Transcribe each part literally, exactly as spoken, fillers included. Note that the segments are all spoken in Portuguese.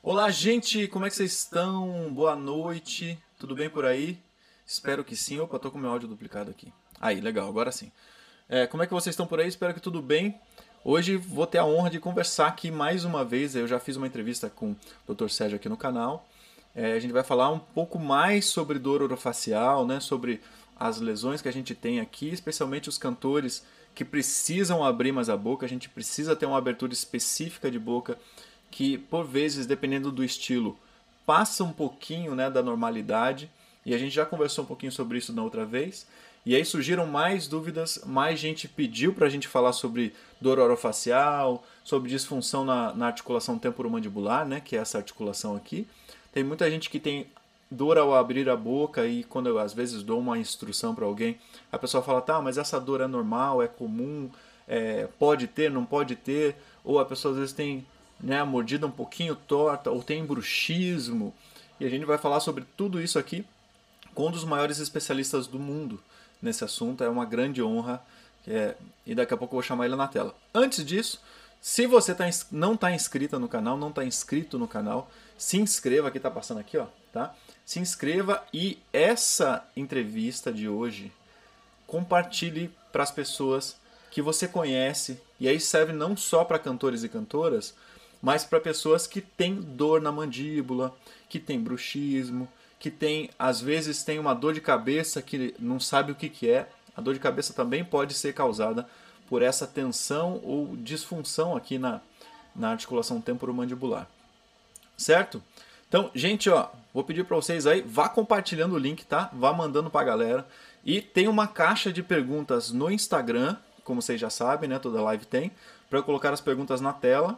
Olá, gente, como é que vocês estão? Boa noite, tudo bem por aí? Espero que sim. Opa, tô com meu áudio duplicado aqui. Aí, legal, agora sim. É, como é que vocês estão por aí? Espero que tudo bem. Hoje vou ter a honra de conversar aqui mais uma vez. Eu já fiz uma entrevista com o doutor Sérgio aqui no canal. É, a gente vai falar um pouco mais sobre dor orofacial, né? Sobre as lesões que a gente tem aqui, especialmente os cantores que precisam abrir mais a boca. A gente precisa ter uma abertura específica de boca que, por vezes, dependendo do estilo, passa um pouquinho, né, da normalidade. E a gente já conversou um pouquinho sobre isso na outra vez. E aí surgiram mais dúvidas, mais gente pediu para a gente falar sobre dor orofacial, sobre disfunção na, na articulação temporomandibular, né, que é essa articulação aqui. Tem muita gente que tem dor ao abrir a boca e quando eu às vezes dou uma instrução para alguém, a pessoa fala, tá, mas essa dor é normal, é comum, é, pode ter, não pode ter, ou a pessoa às vezes tem, né, a mordida um pouquinho torta, ou tem bruxismo, e a gente vai falar sobre tudo isso aqui com um dos maiores especialistas do mundo nesse assunto. É uma grande honra, é, e daqui a pouco eu vou chamar ele na tela. Antes disso, se você tá, não está inscrito no canal, não está inscrito no canal, se inscreva, aqui está passando aqui, ó, tá? Se inscreva e essa entrevista de hoje compartilhe para as pessoas que você conhece, e aí serve não só para cantores e cantoras, mas para pessoas que têm dor na mandíbula, que têm bruxismo, que tem, às vezes tem uma dor de cabeça que não sabe o que, que é. A dor de cabeça também pode ser causada por essa tensão ou disfunção aqui na, na articulação temporomandibular. Certo? Então, gente, ó, vou pedir para vocês aí, vá compartilhando o link, tá? Vá mandando para a galera. E tem uma caixa de perguntas no Instagram, como vocês já sabem, né? Toda live tem, para eu colocar as perguntas na tela.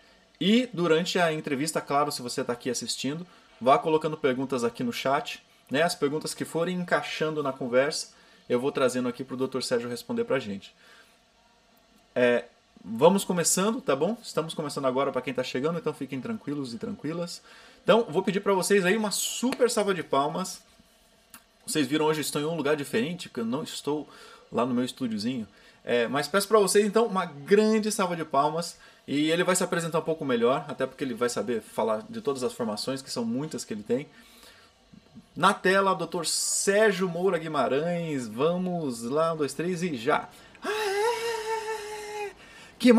E durante a entrevista, claro, se você está aqui assistindo, vá colocando perguntas aqui no chat, né? As perguntas que forem encaixando na conversa, eu vou trazendo aqui para o doutor Sérgio responder para a gente. É, vamos começando, tá bom? Estamos começando agora para quem está chegando, então fiquem tranquilos e tranquilas. Então, vou pedir para vocês aí uma super salva de palmas. Vocês viram hoje eu estou em um lugar diferente, porque eu não estou lá no meu estúdiozinho. É, mas peço para vocês, então, uma grande salva de palmas. E ele vai se apresentar um pouco melhor, até porque ele vai saber falar de todas as formações, que são muitas que ele tem. Na tela, doutor Sérgio Moura Guimarães. Vamos lá, um, dois, três e já! Aê! Que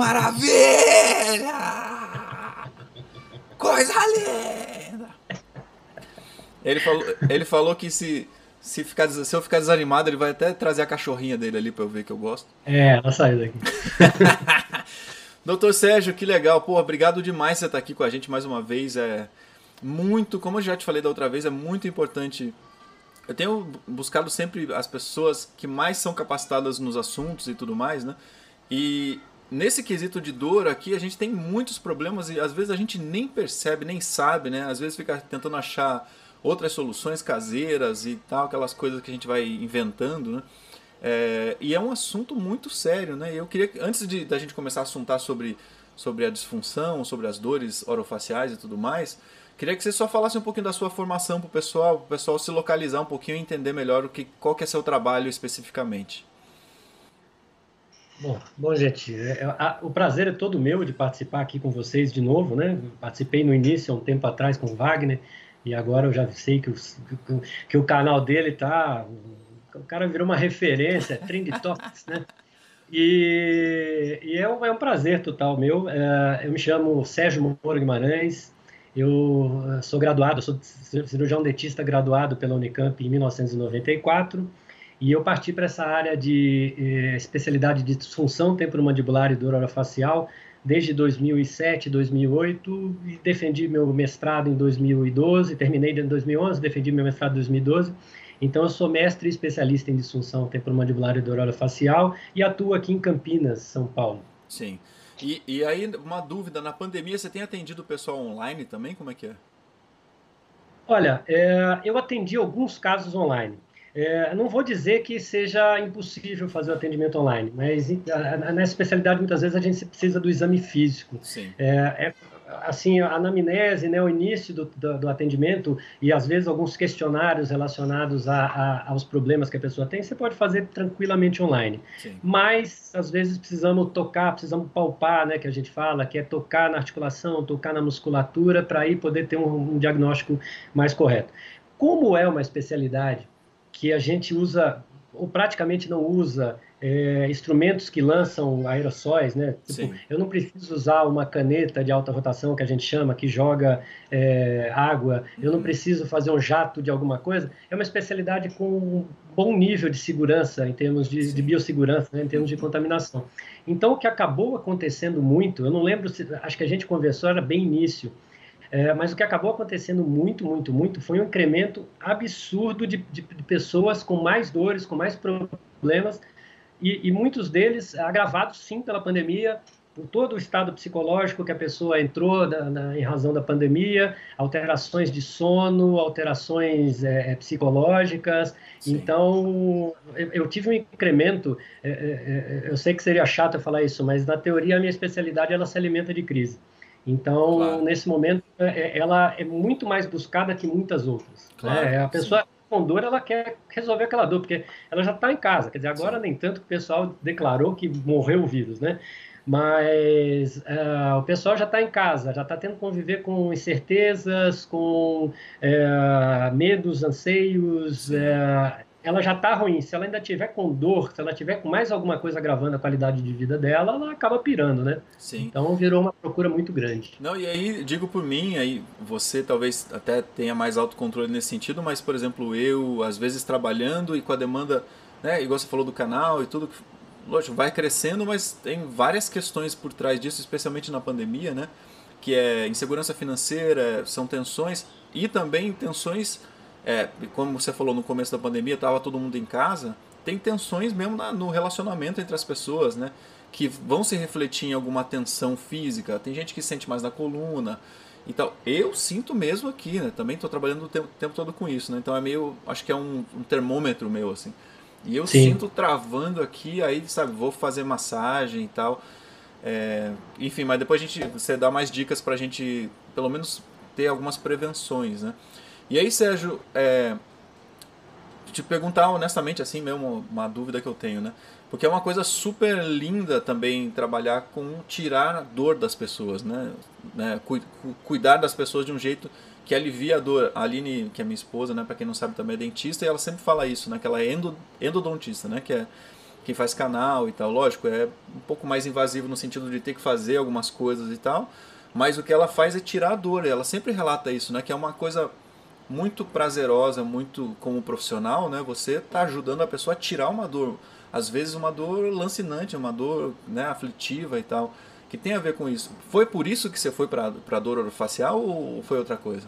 maravilha! Coisa linda! Ele falou, ele falou que se, se, ficar, se eu ficar desanimado, ele vai até trazer a cachorrinha dele ali pra eu ver que eu gosto. É, ela saiu daqui. doutor Sérgio, que legal. Pô, obrigado demais por você estar aqui com a gente mais uma vez. É muito, como eu já te falei da outra vez, é muito importante. Eu tenho buscado sempre as pessoas que mais são capacitadas nos assuntos e tudo mais, né? E nesse quesito de dor aqui, a gente tem muitos problemas e às vezes a gente nem percebe, nem sabe, né? Às vezes fica tentando achar outras soluções caseiras e tal, aquelas coisas que a gente vai inventando, né? É, e é um assunto muito sério, né? Eu queria, antes de da gente começar a assuntar sobre, sobre a disfunção, sobre as dores orofaciais e tudo mais, queria que você só falasse um pouquinho da sua formação para o pessoal, para o pessoal se localizar um pouquinho e entender melhor o que, qual que é seu trabalho especificamente. Bom, bom, gente, é, a, o prazer é todo meu de participar aqui com vocês de novo, né? Participei no início, há um tempo atrás, com o Wagner, e agora eu já sei que, os, que, que o canal dele tá... O cara virou uma referência, Trend Topics, né? E, e é, um, é um prazer total meu. É, eu me chamo Sérgio Moura Guimarães, eu sou graduado, sou cirurgião dentista graduado pela Unicamp em mil novecentos e noventa e quatro, e eu parti para essa área de eh, especialidade de disfunção temporomandibular e dor orofacial desde dois mil e sete, dois mil e oito, e defendi meu mestrado em dois mil e doze, terminei em dois mil e onze, defendi meu mestrado em dois mil e doze. Então, eu sou mestre e especialista em disfunção temporomandibular e dor orofacial e atuo aqui em Campinas, São Paulo. Sim. E, e aí, uma dúvida, na pandemia você tem atendido o pessoal online também? Como é que é? Olha, é, eu atendi alguns casos online. É, não vou dizer que seja impossível fazer o atendimento online, mas a, a, nessa especialidade muitas vezes a gente precisa do exame físico. Sim. É, é, assim, a anamnese, né, o início do, do, do atendimento e, às vezes, alguns questionários relacionados a, a, aos problemas que a pessoa tem, você pode fazer tranquilamente online. Sim. Mas, às vezes, precisamos tocar, precisamos palpar, né, que a gente fala, que é tocar na articulação, tocar na musculatura, para aí poder ter um, um diagnóstico mais correto. Como é uma especialidade que a gente usa, ou praticamente não usa, é, instrumentos que lançam aerossóis, né? Tipo, eu não preciso usar uma caneta de alta rotação, que a gente chama, que joga é, água, eu não preciso fazer um jato de alguma coisa. É uma especialidade com um bom nível de segurança, em termos de, de biossegurança, né? Em termos de contaminação. Então, o que acabou acontecendo muito, eu não lembro, se, acho que a gente conversou, era bem início, É, mas o que acabou acontecendo muito, muito, muito foi um incremento absurdo de, de, de pessoas com mais dores, com mais problemas, e, e muitos deles agravados, sim, pela pandemia, por todo o estado psicológico que a pessoa entrou na, na, em razão da pandemia, alterações de sono, alterações é, psicológicas. Sim. Então, eu, eu tive um incremento, é, é, eu sei que seria chato eu falar isso, mas na teoria a minha especialidade ela se alimenta de crise. Então, claro. Nesse momento, ela é muito mais buscada que muitas outras. Claro, né? A pessoa sim. com dor, ela quer resolver aquela dor, porque ela já está em casa. Quer dizer, agora sim. nem tanto que o pessoal declarou que morreu o vírus, né? Mas uh, o pessoal já está em casa, já está tendo que conviver com incertezas, com uh, medos, anseios. Uh, ela já está ruim. Se ela ainda tiver com dor, se ela tiver com mais alguma coisa agravando a qualidade de vida dela, ela acaba pirando, né? Sim. Então virou uma procura muito grande. Não, e aí, digo por mim, aí você talvez até tenha mais autocontrole nesse sentido, mas, por exemplo, eu, às vezes trabalhando e com a demanda, né, igual você falou do canal e tudo, lógico, vai crescendo, mas tem várias questões por trás disso, especialmente na pandemia, né? Que é insegurança financeira, são tensões e também tensões... É, como você falou no começo da pandemia, estava todo mundo em casa, tem tensões mesmo na, no relacionamento entre as pessoas, né? Que vão se refletir em alguma tensão física. Tem gente que sente mais na coluna e tal. Eu sinto mesmo aqui, né? Também estou trabalhando o tempo, tempo todo com isso, né? Então é meio, acho que é um, um termômetro meu, assim. E eu Sim. sinto travando aqui, aí, sabe, vou fazer massagem e tal. É, enfim, mas depois a gente, você dá mais dicas pra gente, pelo menos, ter algumas prevenções, né? E aí, Sérgio, é, te perguntar honestamente, assim mesmo, uma dúvida que eu tenho, né? Porque é uma coisa super linda também trabalhar com tirar a dor das pessoas, né? né? Cuidar das pessoas de um jeito que alivia a dor. A Aline, que é minha esposa, né? Para quem não sabe, também é dentista, e ela sempre fala isso, né? Que ela é endo, endodontista, né? Que é quem faz canal e tal. Lógico, é um pouco mais invasivo no sentido de ter que fazer algumas coisas e tal, mas o que ela faz é tirar a dor. Ela sempre relata isso, né? Que é uma coisa... muito prazerosa, muito como profissional, né? Você está ajudando a pessoa a tirar uma dor, às vezes uma dor lancinante, uma dor, né, aflitiva e tal, que tem a ver com isso. Foi por isso que você foi para a dor orofacial ou foi outra coisa?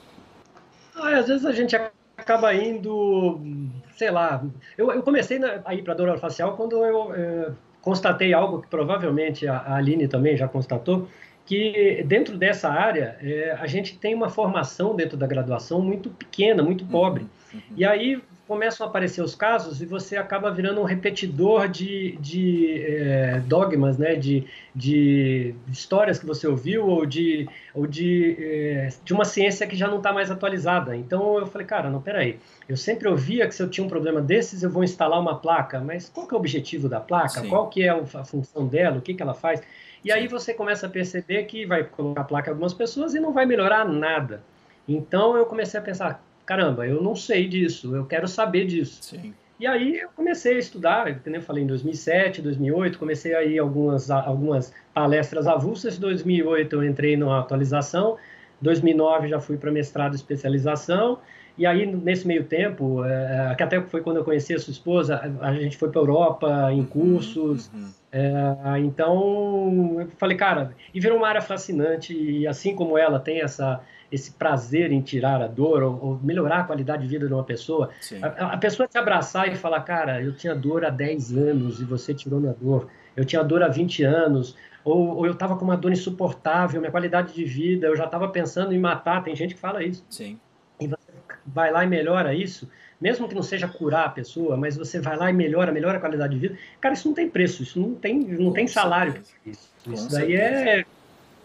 Ah, às vezes a gente acaba indo, sei lá, eu, eu comecei a ir para a dor orofacial quando eu é, constatei algo que provavelmente a, a Aline também já constatou, que dentro dessa área é, a gente tem uma formação dentro da graduação muito pequena, muito pobre. Uhum, uhum. E aí começam a aparecer os casos e você acaba virando um repetidor de, de é, dogmas, né? de, de histórias que você ouviu ou de, ou de, é, de uma ciência que já não está mais atualizada. Então eu falei, cara, não, peraí, eu sempre ouvia que se eu tinha um problema desses eu vou instalar uma placa, mas qual que é o objetivo da placa? Sim. Qual que é a função dela? O que, que ela faz? E aí você começa a perceber que vai colocar a placa em algumas pessoas e não vai melhorar nada. Então eu comecei a pensar, caramba, eu não sei disso, eu quero saber disso. Sim. E aí eu comecei a estudar, como eu falei, em dois mil e sete, dois mil e oito, comecei a ir algumas, algumas palestras avulsas. Em dois mil e oito eu entrei numa atualização, em dois mil e nove já fui para mestrado e especialização. E aí, nesse meio tempo, é, que até foi quando eu conheci a sua esposa, a, a gente foi para a Europa em cursos. Uhum, uhum. É, então, eu falei, cara, e virou uma área fascinante. E assim como ela tem essa, esse prazer em tirar a dor ou, ou melhorar a qualidade de vida de uma pessoa, a, a pessoa te abraçar e falar, cara, eu tinha dor há dez anos e você tirou minha dor. Eu tinha dor há vinte anos. Ou, ou eu estava com uma dor insuportável, minha qualidade de vida, eu já estava pensando em matar. Tem gente que fala isso. Sim. E você vai lá e melhora isso, mesmo que não seja curar a pessoa, mas você vai lá e melhora, melhora a qualidade de vida. Cara, isso não tem preço, isso não tem, não tem salário. Isso, isso daí é...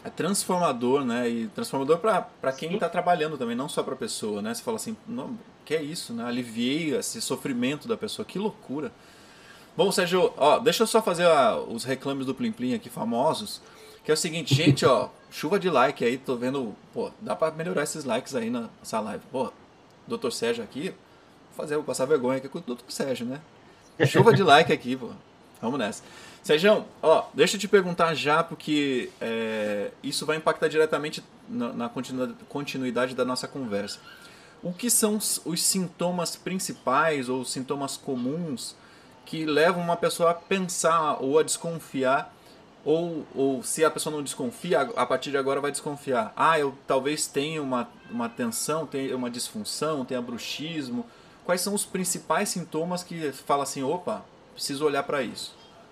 É transformador, né? E transformador para quem está trabalhando também, não só para a pessoa, né? Você fala assim, não, que é isso, né? Aliviei esse sofrimento da pessoa, que loucura. Bom, Sérgio, ó, deixa eu só fazer a, os reclames do Plim Plim aqui famosos, que é o seguinte, gente, ó, chuva de like aí, tô vendo, pô, dá para melhorar esses likes aí nessa live. Pô, doutor Sérgio aqui, vou fazer, vou passar vergonha aqui com o doutor Sérgio, né? Chuva de like aqui, pô. Vamos nessa. Sérgio, ó, deixa eu te perguntar já, porque é, isso vai impactar diretamente na, na continuidade da nossa conversa. O que são os, os sintomas principais ou os sintomas comuns que levam uma pessoa a pensar ou a desconfiar, ou, ou se a pessoa não desconfia, a partir de agora vai desconfiar. Ah, eu talvez tenha uma, uma tensão, tenha uma disfunção, tenha bruxismo. Quais são os principais sintomas que fala assim, opa, preciso olhar para isso?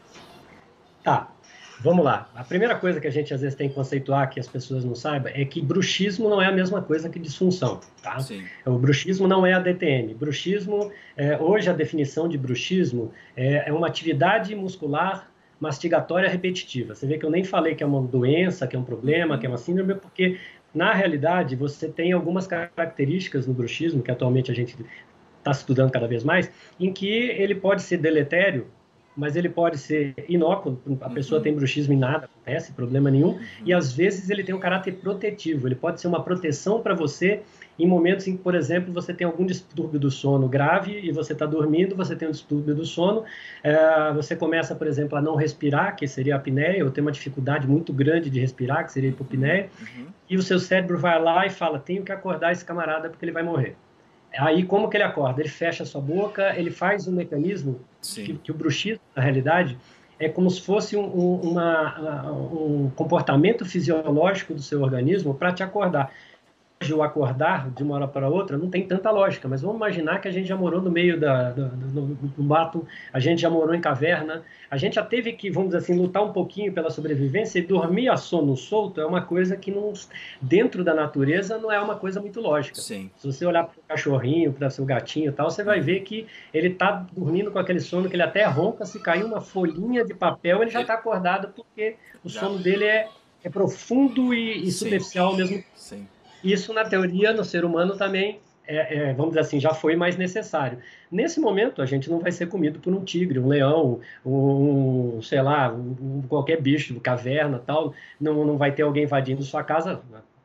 Tá, vamos lá. A primeira coisa que a gente às vezes tem que conceituar, que as pessoas não saibam, é que bruxismo não é a mesma coisa que disfunção, tá? Sim. O bruxismo não é a D T M. Bruxismo, é, hoje a definição de bruxismo é, é uma atividade muscular mastigatória repetitiva. Você vê que eu nem falei que é uma doença, que é um problema, uhum. que é uma síndrome, porque na realidade você tem algumas características no bruxismo, que atualmente a gente está estudando cada vez mais, em que ele pode ser deletério, mas ele pode ser inócuo, a pessoa uhum. tem bruxismo e nada acontece, problema nenhum, uhum. e às vezes ele tem um caráter protetivo, ele pode ser uma proteção para você em momentos em que, por exemplo, você tem algum distúrbio do sono grave e você está dormindo, você tem um distúrbio do sono, é, você começa, por exemplo, a não respirar, que seria a apneia, ou tem uma dificuldade muito grande de respirar, que seria a hipopneia, uhum. e o seu cérebro vai lá e fala, tenho que acordar esse camarada porque ele vai morrer. Aí, como que ele acorda? Ele fecha a sua boca, ele faz um mecanismo que, que o bruxismo, na realidade, é como se fosse um, um, uma, um comportamento fisiológico do seu organismo para te acordar. O acordar de uma hora para outra não tem tanta lógica, mas vamos imaginar que a gente já morou no meio da, da, do, do mato, a gente já morou em caverna, a gente já teve que, vamos dizer assim, lutar um pouquinho pela sobrevivência, e dormir a sono solto é uma coisa que não, dentro da natureza não é uma coisa muito lógica. Sim. Se você olhar para o cachorrinho, para o seu gatinho e tal, você vai ver que ele está dormindo com aquele sono que ele até ronca, se cair uma folhinha de papel, ele já está acordado, porque o já. sono dele é, é profundo e, e superficial ao mesmo tempo. Sim. Isso, na teoria, no ser humano também, é, é, vamos dizer assim, já foi mais necessário. Nesse momento, a gente não vai ser comido por um tigre, um leão, um, sei lá, um, qualquer bicho, caverna, tal. Não, não vai ter alguém invadindo sua casa,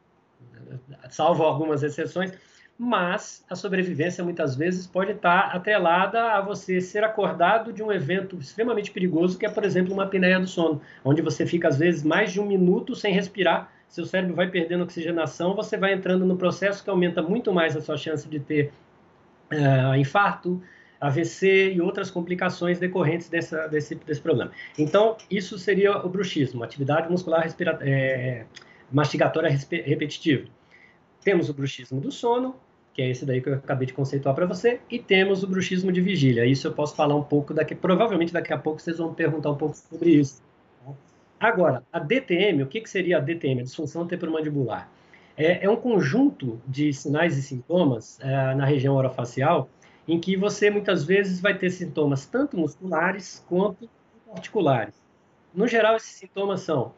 salvo algumas exceções. Mas a sobrevivência, muitas vezes, pode estar atrelada a você ser acordado de um evento extremamente perigoso, que é, por exemplo, uma apneia do sono, onde você fica, às vezes, mais de um minuto sem respirar, seu cérebro vai perdendo oxigenação, você vai entrando no processo que aumenta muito mais a sua chance de ter uh, infarto, A V C e outras complicações decorrentes dessa, desse, desse problema. Então, isso seria o bruxismo, atividade muscular respira- é, mastigatória repetitiva. Temos o bruxismo do sono, que é esse daí que eu acabei de conceituar para você, e temos o bruxismo de vigília. Isso eu posso falar um pouco daqui, provavelmente daqui a pouco vocês vão perguntar um pouco sobre isso. Agora, a D T M, o que, que seria a D T M? A disfunção temporomandibular. É, é um conjunto de sinais e sintomas é, na região orofacial em que você muitas vezes vai ter sintomas tanto musculares quanto articulares. No geral, esses sintomas são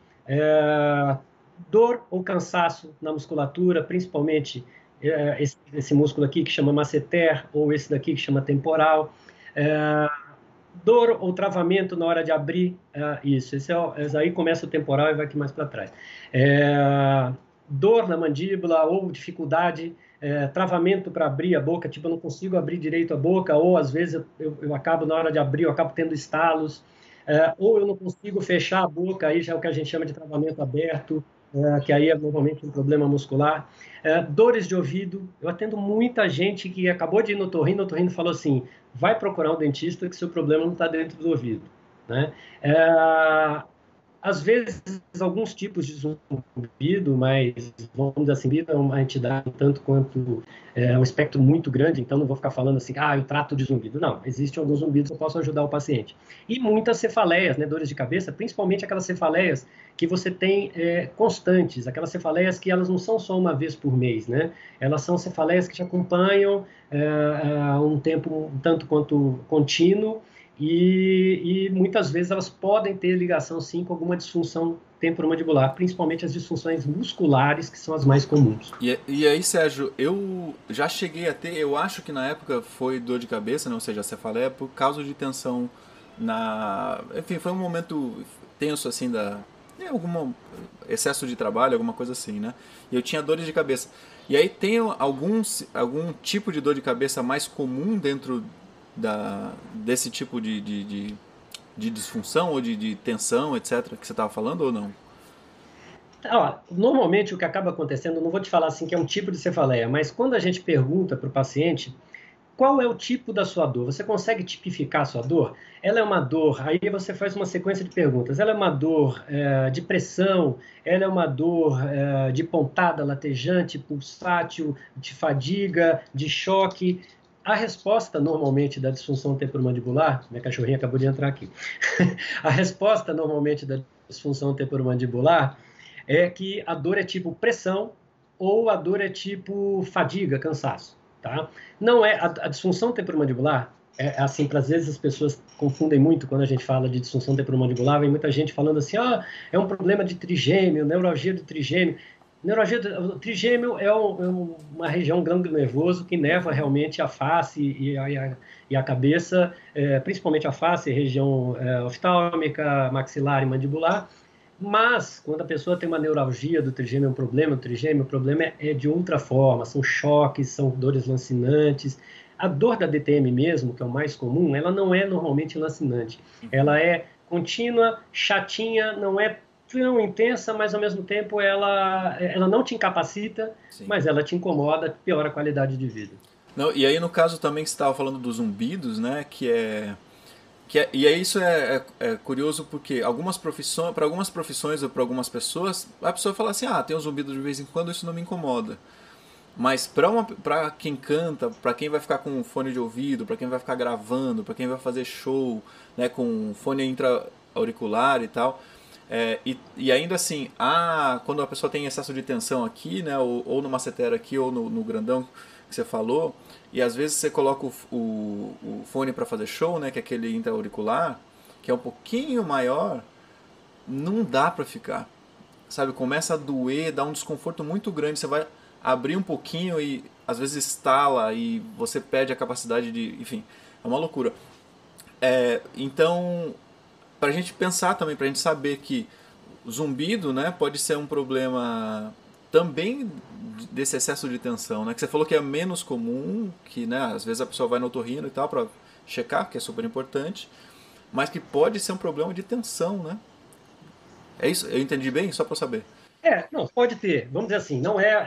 é, dor ou cansaço na musculatura, principalmente é, esse, esse músculo aqui que chama masseter ou esse daqui que chama temporal, é, dor ou travamento na hora de abrir, é, isso, esse, é, esse aí começa o temporal e vai aqui mais para trás. É, dor na mandíbula ou dificuldade, é, travamento para abrir a boca, tipo, eu não consigo abrir direito a boca, ou às vezes eu, eu, eu acabo, na hora de abrir, eu acabo tendo estalos, é, ou eu não consigo fechar a boca, aí já é o que a gente chama de travamento aberto, é, que aí é normalmente um problema muscular. É, dores de ouvido, eu atendo muita gente que acabou de ir no otorrino, o otorrino falou assim, vai procurar um dentista que seu problema não está dentro do ouvido, né? É, às vezes, alguns tipos de zumbido, mas, vamos dizer assim, é uma entidade tanto quanto é, um espectro muito grande, então não vou ficar falando assim, ah, eu trato de zumbido. Não, existem alguns zumbidos que eu posso ajudar o paciente. E muitas cefaleias, né, dores de cabeça, principalmente aquelas cefaleias que você tem é, constantes, aquelas cefaleias que elas não são só uma vez por mês, né? Elas são cefaleias que te acompanham é, um tempo um tanto quanto contínuo, e, e muitas vezes elas podem ter ligação, sim, com alguma disfunção temporomandibular, principalmente as disfunções musculares, que são as mais comuns. E, e aí, Sérgio, eu já cheguei a ter, eu acho que na época foi dor de cabeça, né? Ou seja, a cefaleia por causa de tensão na... Enfim, foi um momento tenso, assim, da... É, algum excesso de trabalho, alguma coisa assim, né? E eu tinha dores de cabeça. E aí tem algum, algum tipo de dor de cabeça mais comum dentro da, desse tipo de, de, de, de disfunção ou de, de tensão, etcétera, que você estava falando ou não? Ó, normalmente o que acaba acontecendo, não vou te falar assim que é um tipo de cefaleia, mas quando a gente pergunta para o paciente qual é o tipo da sua dor, você consegue tipificar a sua dor? Ela é uma dor, aí você faz uma sequência de perguntas, ela é uma dor é, de pressão, ela é uma dor é, de pontada, latejante, pulsátil, de fadiga, de choque. A resposta, normalmente, da disfunção temporomandibular, minha cachorrinha acabou de entrar aqui, a resposta, normalmente, da disfunção temporomandibular é que a dor é tipo pressão ou a dor é tipo fadiga, cansaço, tá? Não é, a, a disfunção temporomandibular, é assim, para às vezes as pessoas confundem muito quando a gente fala de disfunção temporomandibular, vem muita gente falando assim, ah, é um problema de trigêmeo, neuralgia do trigêmeo. Neuralgia do, o trigêmeo é, um, é uma região gânglio nervoso que nerva realmente a face e a, e a cabeça, é, principalmente a face, região é, oftálmica, maxilar e mandibular. Mas, quando a pessoa tem uma neuralgia do trigêmeo, um problema do trigêmeo, o problema é de outra forma, são choques, são dores lancinantes. A dor da D T M mesmo, que é o mais comum, ela não é normalmente lancinante. Ela é contínua, chatinha, não é tão intensa, mas ao mesmo tempo ela, ela não te incapacita, Sim. mas ela te incomoda, piora a qualidade de vida. Não, e aí no caso também que você estava falando dos zumbidos, né, que é... Que é, e aí isso é, é, é curioso porque algumas profissões, para algumas profissões ou para algumas pessoas, a pessoa fala assim, ah, tem um zumbido de vez em quando, isso não me incomoda. Mas para quem canta, para quem vai ficar com fone de ouvido, para quem vai ficar gravando, para quem vai fazer show, né, com fone intra-auricular e tal, é, e, e ainda assim, ah, quando a pessoa tem excesso de tensão aqui, né, ou, ou no masseter aqui, ou no, no grandão que você falou, e às vezes você coloca o, o, o fone para fazer show, né, que é aquele intra-auricular, que é um pouquinho maior, não dá para ficar. Sabe, começa a doer, dá um desconforto muito grande, você vai abrir um pouquinho e às vezes estala e você perde a capacidade de... Enfim, é uma loucura. É, então, pra gente pensar também, pra gente saber que o zumbido, né, pode ser um problema também desse excesso de tensão, né, que você falou que é menos comum, que, né, às vezes a pessoa vai no otorrino e tal pra checar, que é super importante, mas que pode ser um problema de tensão, né? É isso? Eu entendi bem? Só pra eu saber. É, não, pode ter. Vamos dizer assim, não é...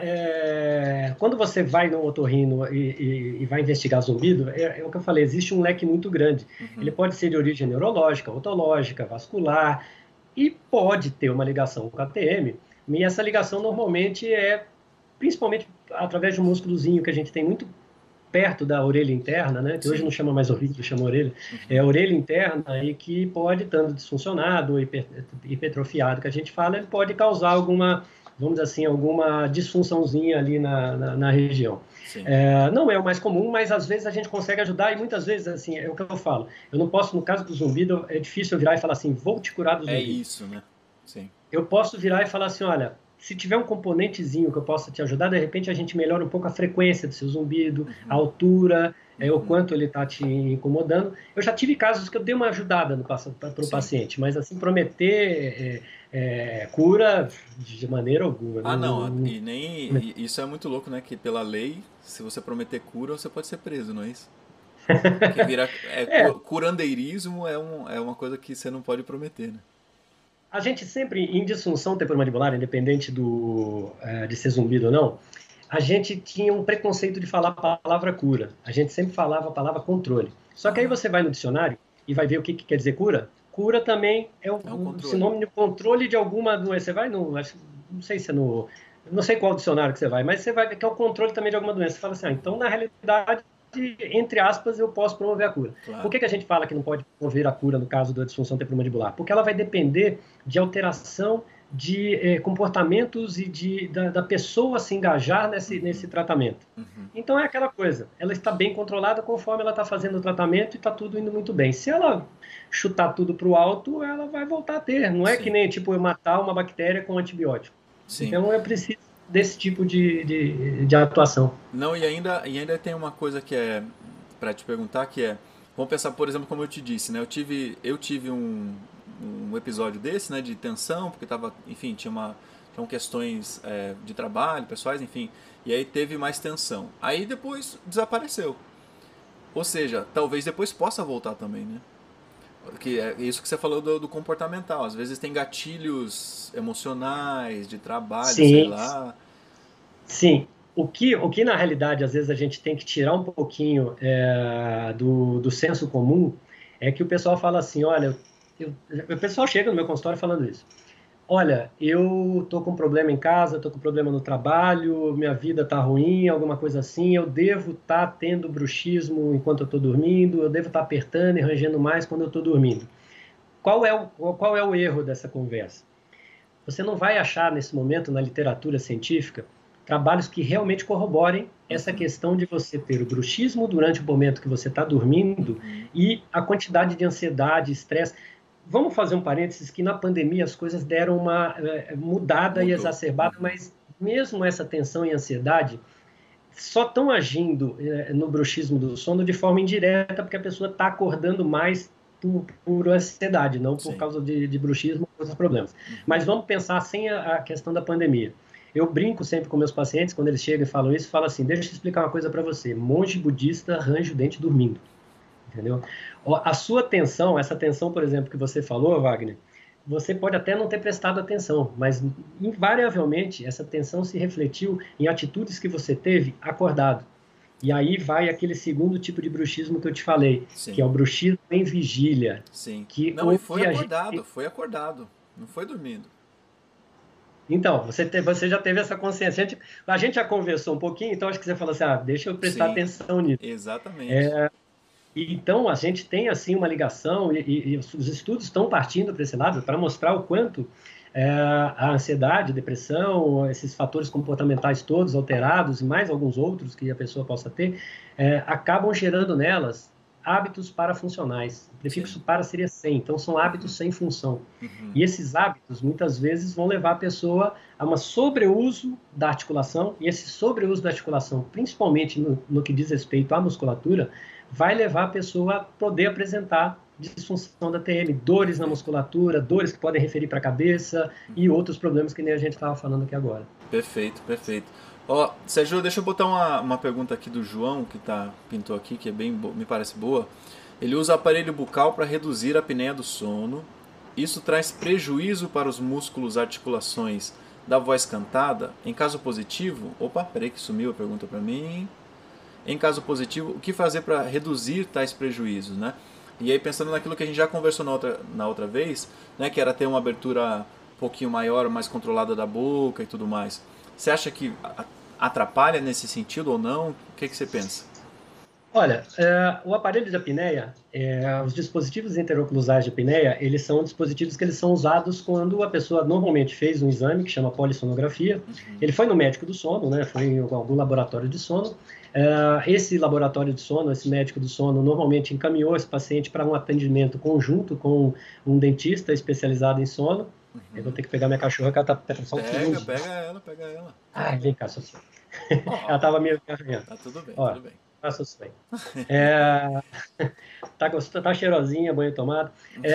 é quando você vai no otorrino e, e, e vai investigar zumbido, é, é o que eu falei, existe um leque muito grande. Uhum. Ele pode ser de origem neurológica, otológica, vascular, e pode ter uma ligação com a T M, e essa ligação normalmente é principalmente através de um músculozinho que a gente tem muito perto da orelha interna, né, que Sim. hoje não chama mais ouvido, chama orelha, uhum. é a orelha interna e que pode, estando disfuncionado, hiper, hipertrofiado, que a gente fala, ele pode causar alguma, vamos dizer assim, alguma disfunçãozinha ali na, na, na região. É, não é o mais comum, mas às vezes a gente consegue ajudar e muitas vezes, assim, é o que eu falo, eu não posso, no caso do zumbido, é difícil eu virar e falar assim, vou te curar do zumbido. É isso, né? Sim. Eu posso virar e falar assim, olha, se tiver um componentezinho que eu possa te ajudar, de repente a gente melhora um pouco a frequência do seu zumbido, uhum. a altura, uhum. é, o quanto ele está te incomodando. Eu já tive casos que eu dei uma ajudada para o paciente, mas assim, prometer é, é, cura de maneira alguma. Ah, não, não, e nem não... isso é muito louco, né? Que pela lei, se você prometer cura, você pode ser preso, não é isso? Que vira, é, é. Curandeirismo é, um, é uma coisa que você não pode prometer, né? A gente sempre, em disfunção temporomandibular, independente do, é, de ser zumbido ou não, a gente tinha um preconceito de falar a palavra cura. A gente sempre falava a palavra controle. Só que aí você vai no dicionário e vai ver o que, que quer dizer cura. Cura também é um, é um, um sinônimo de controle de alguma doença. Você vai no... Não sei se é no... Não sei qual dicionário que você vai, mas você vai ver que é o controle também de alguma doença. Você fala assim, ah, então na realidade... entre aspas, eu posso promover a cura. Claro. Por que, que a gente fala que não pode promover a cura no caso da disfunção temporomandibular? Porque ela vai depender de alteração de eh, comportamentos e de, da, da pessoa se engajar nesse, nesse tratamento. Uhum. Então é aquela coisa, ela está bem controlada conforme ela está fazendo o tratamento e está tudo indo muito bem. Se ela chutar tudo para o alto, ela vai voltar a ter. Não é Sim. que nem tipo eu matar uma bactéria com antibiótico. Sim. Então é preciso desse tipo de, de, de atuação. Não, e ainda, e ainda tem uma coisa que é para te perguntar, que é, vamos pensar, por exemplo, como eu te disse, né? Eu tive, eu tive um, um episódio desse, né, de tensão, porque tava, enfim, tinha uma, tinham questões é, de trabalho, pessoais, enfim, e aí teve mais tensão. Aí depois desapareceu. Ou seja, talvez depois possa voltar também, né? Que é isso que você falou do, do comportamental. Às vezes tem gatilhos emocionais, de trabalho, sei Sim, lá. sim. O que, o que na realidade às vezes a gente tem que tirar um pouquinho é, do, do senso comum é que o pessoal fala assim, olha, eu, o pessoal chega no meu consultório falando isso. Olha, eu tô com problema em casa, tô com problema no trabalho, minha vida tá ruim, alguma coisa assim, eu devo estar tá tendo bruxismo enquanto eu tô dormindo, eu devo estar tá apertando e rangendo mais quando eu tô dormindo. Qual é o, qual é o erro dessa conversa? Você não vai achar nesse momento na literatura científica trabalhos que realmente corroborem essa Uhum. questão de você ter o bruxismo durante o momento que você está dormindo Uhum. e a quantidade de ansiedade, estresse. Vamos fazer um parênteses que na pandemia as coisas deram uma é, mudada e Mudou. exacerbada, Uhum. mas mesmo essa tensão e ansiedade só estão agindo é, no bruxismo do sono de forma indireta, porque a pessoa está acordando mais por, por ansiedade, não por Sim. causa de, de bruxismo ou outros problemas. Uhum. Mas vamos pensar sem a, a questão da pandemia. Eu brinco sempre com meus pacientes, quando eles chegam e falam isso, falo assim, deixa eu explicar uma coisa para você. Monge budista arranja o dente dormindo. Entendeu? A sua atenção, essa atenção, por exemplo, que você falou, Wagner, você pode até não ter prestado atenção, mas invariavelmente essa atenção se refletiu em atitudes que você teve acordado. E aí vai aquele segundo tipo de bruxismo que eu te falei, que Sim. é o bruxismo em vigília, Sim. que Não, e foi onde a gente... acordado, foi acordado. Não foi dormindo. Então, você, te, você já teve essa consciência. A gente, a gente já conversou um pouquinho, então acho que você falou assim, ah, deixa eu prestar Sim, atenção nisso. exatamente. Então, a gente tem, assim, uma ligação, e, e, e os estudos estão partindo para esse lado, para mostrar o quanto é, a ansiedade, a depressão, esses fatores comportamentais todos alterados, e mais alguns outros que a pessoa possa ter, é, acabam gerando nelas hábitos parafuncionais. O Sim. prefixo para seria sem, então são hábitos Uhum. sem função. Uhum. E esses hábitos, muitas vezes, vão levar a pessoa a um sobreuso da articulação, e esse sobreuso da articulação, principalmente no, no que diz respeito à musculatura, vai levar a pessoa a poder apresentar disfunção da T M, dores na musculatura, dores que podem referir para a cabeça e outros problemas que nem a gente estava falando aqui agora. Perfeito, perfeito. Ó, Sérgio, deixa eu botar uma, uma pergunta aqui do João, que tá, pintou aqui, que é bem, me parece boa. Ele usa aparelho bucal para reduzir a apneia do sono. Isso traz prejuízo para os músculos, articulações da voz cantada? Em caso positivo... Opa, peraí que sumiu a pergunta para mim. Em caso positivo, o que fazer para reduzir tais prejuízos, né? E aí pensando naquilo que a gente já conversou na outra, na outra vez, né, que era ter uma abertura um pouquinho maior, mais controlada da boca e tudo mais. Você acha que atrapalha nesse sentido ou não? O que, que você pensa? Olha, é, o aparelho de apneia, é, os dispositivos interoclusais de apneia, eles são dispositivos que eles são usados quando a pessoa normalmente fez um exame que chama polissonografia. Uhum. Ele foi no médico do sono, né? Foi em algum laboratório de sono. É, esse laboratório de sono, esse médico do sono, normalmente encaminhou esse paciente para um atendimento conjunto com um dentista especializado em sono. Uhum. Eu vou ter que pegar minha cachorra, que ela tá só um pega, segundo. Pega ela, pega ela. Ai, vem cá, Sossô. Oh, ela tava meio arranhando. Tá tudo bem, Ó, tudo bem. Faça isso bem. É, tá, gostoso, tá cheirosinha, banho tomado.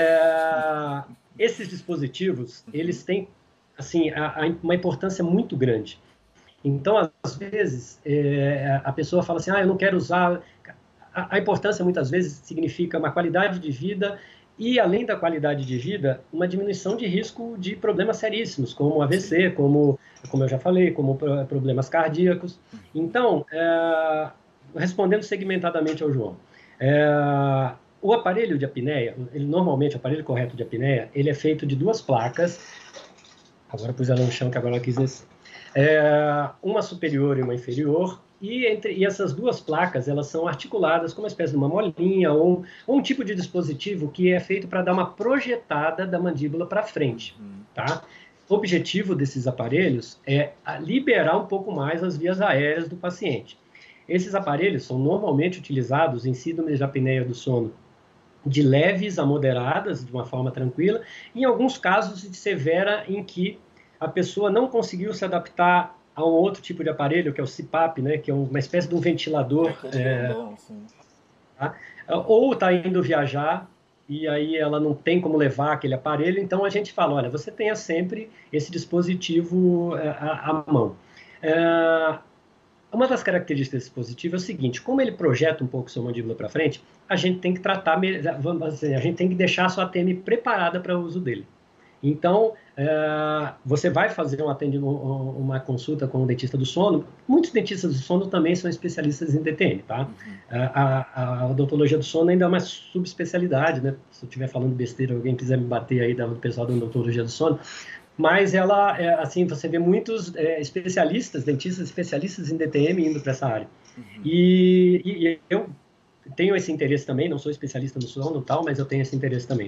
É, esses dispositivos, eles têm assim, a, a, uma importância muito grande. Então, às vezes, é, a pessoa fala assim, ah, eu não quero usar... A, a importância, muitas vezes, significa uma qualidade de vida e, além da qualidade de vida, uma diminuição de risco de problemas seríssimos, como A V C, como, como eu já falei, como problemas cardíacos. Então, é, respondendo segmentadamente ao João, é, o aparelho de apneia, ele, normalmente o aparelho correto de apneia, ele é feito de duas placas, agora pus ela no chão que agora ela quis descer, é, uma superior e uma inferior, e, entre, e essas duas placas, elas são articuladas como uma espécie de uma molinha ou, ou um tipo de dispositivo que é feito para dar uma projetada da mandíbula para frente, tá? objetivo desses aparelhos é liberar um pouco mais as vias aéreas do paciente. Esses aparelhos são normalmente utilizados em síndrome de apneia do sono de leves a moderadas, de uma forma tranquila, em alguns casos de severa em que a pessoa não conseguiu se adaptar a um outro tipo de aparelho, que é o C PAP, né, que é uma espécie de um ventilador, é, bom, tá? Ou está indo viajar e aí ela não tem como levar aquele aparelho, então a gente fala, olha, você tenha sempre esse dispositivo é, à, à mão. É, uma das características desse dispositivo é o seguinte, como ele projeta um pouco sua mandíbula para frente, a gente tem que tratar, vamos dizer, a gente tem que deixar a sua T M preparada para o uso dele. Então, é, você vai fazer um atendimento, uma consulta com um dentista do sono. Muitos dentistas do sono também são especialistas em D T M, tá? Uhum. A, a, a odontologia do sono ainda é uma subespecialidade, né? Se eu estiver falando besteira, alguém quiser me bater aí do pessoal da odontologia do sono. Mas ela, é, assim, você vê muitos é, especialistas, dentistas especialistas em D T M indo para essa área. Uhum. E, e, e eu tenho esse interesse também, não sou especialista no sono e tal, mas eu tenho esse interesse também.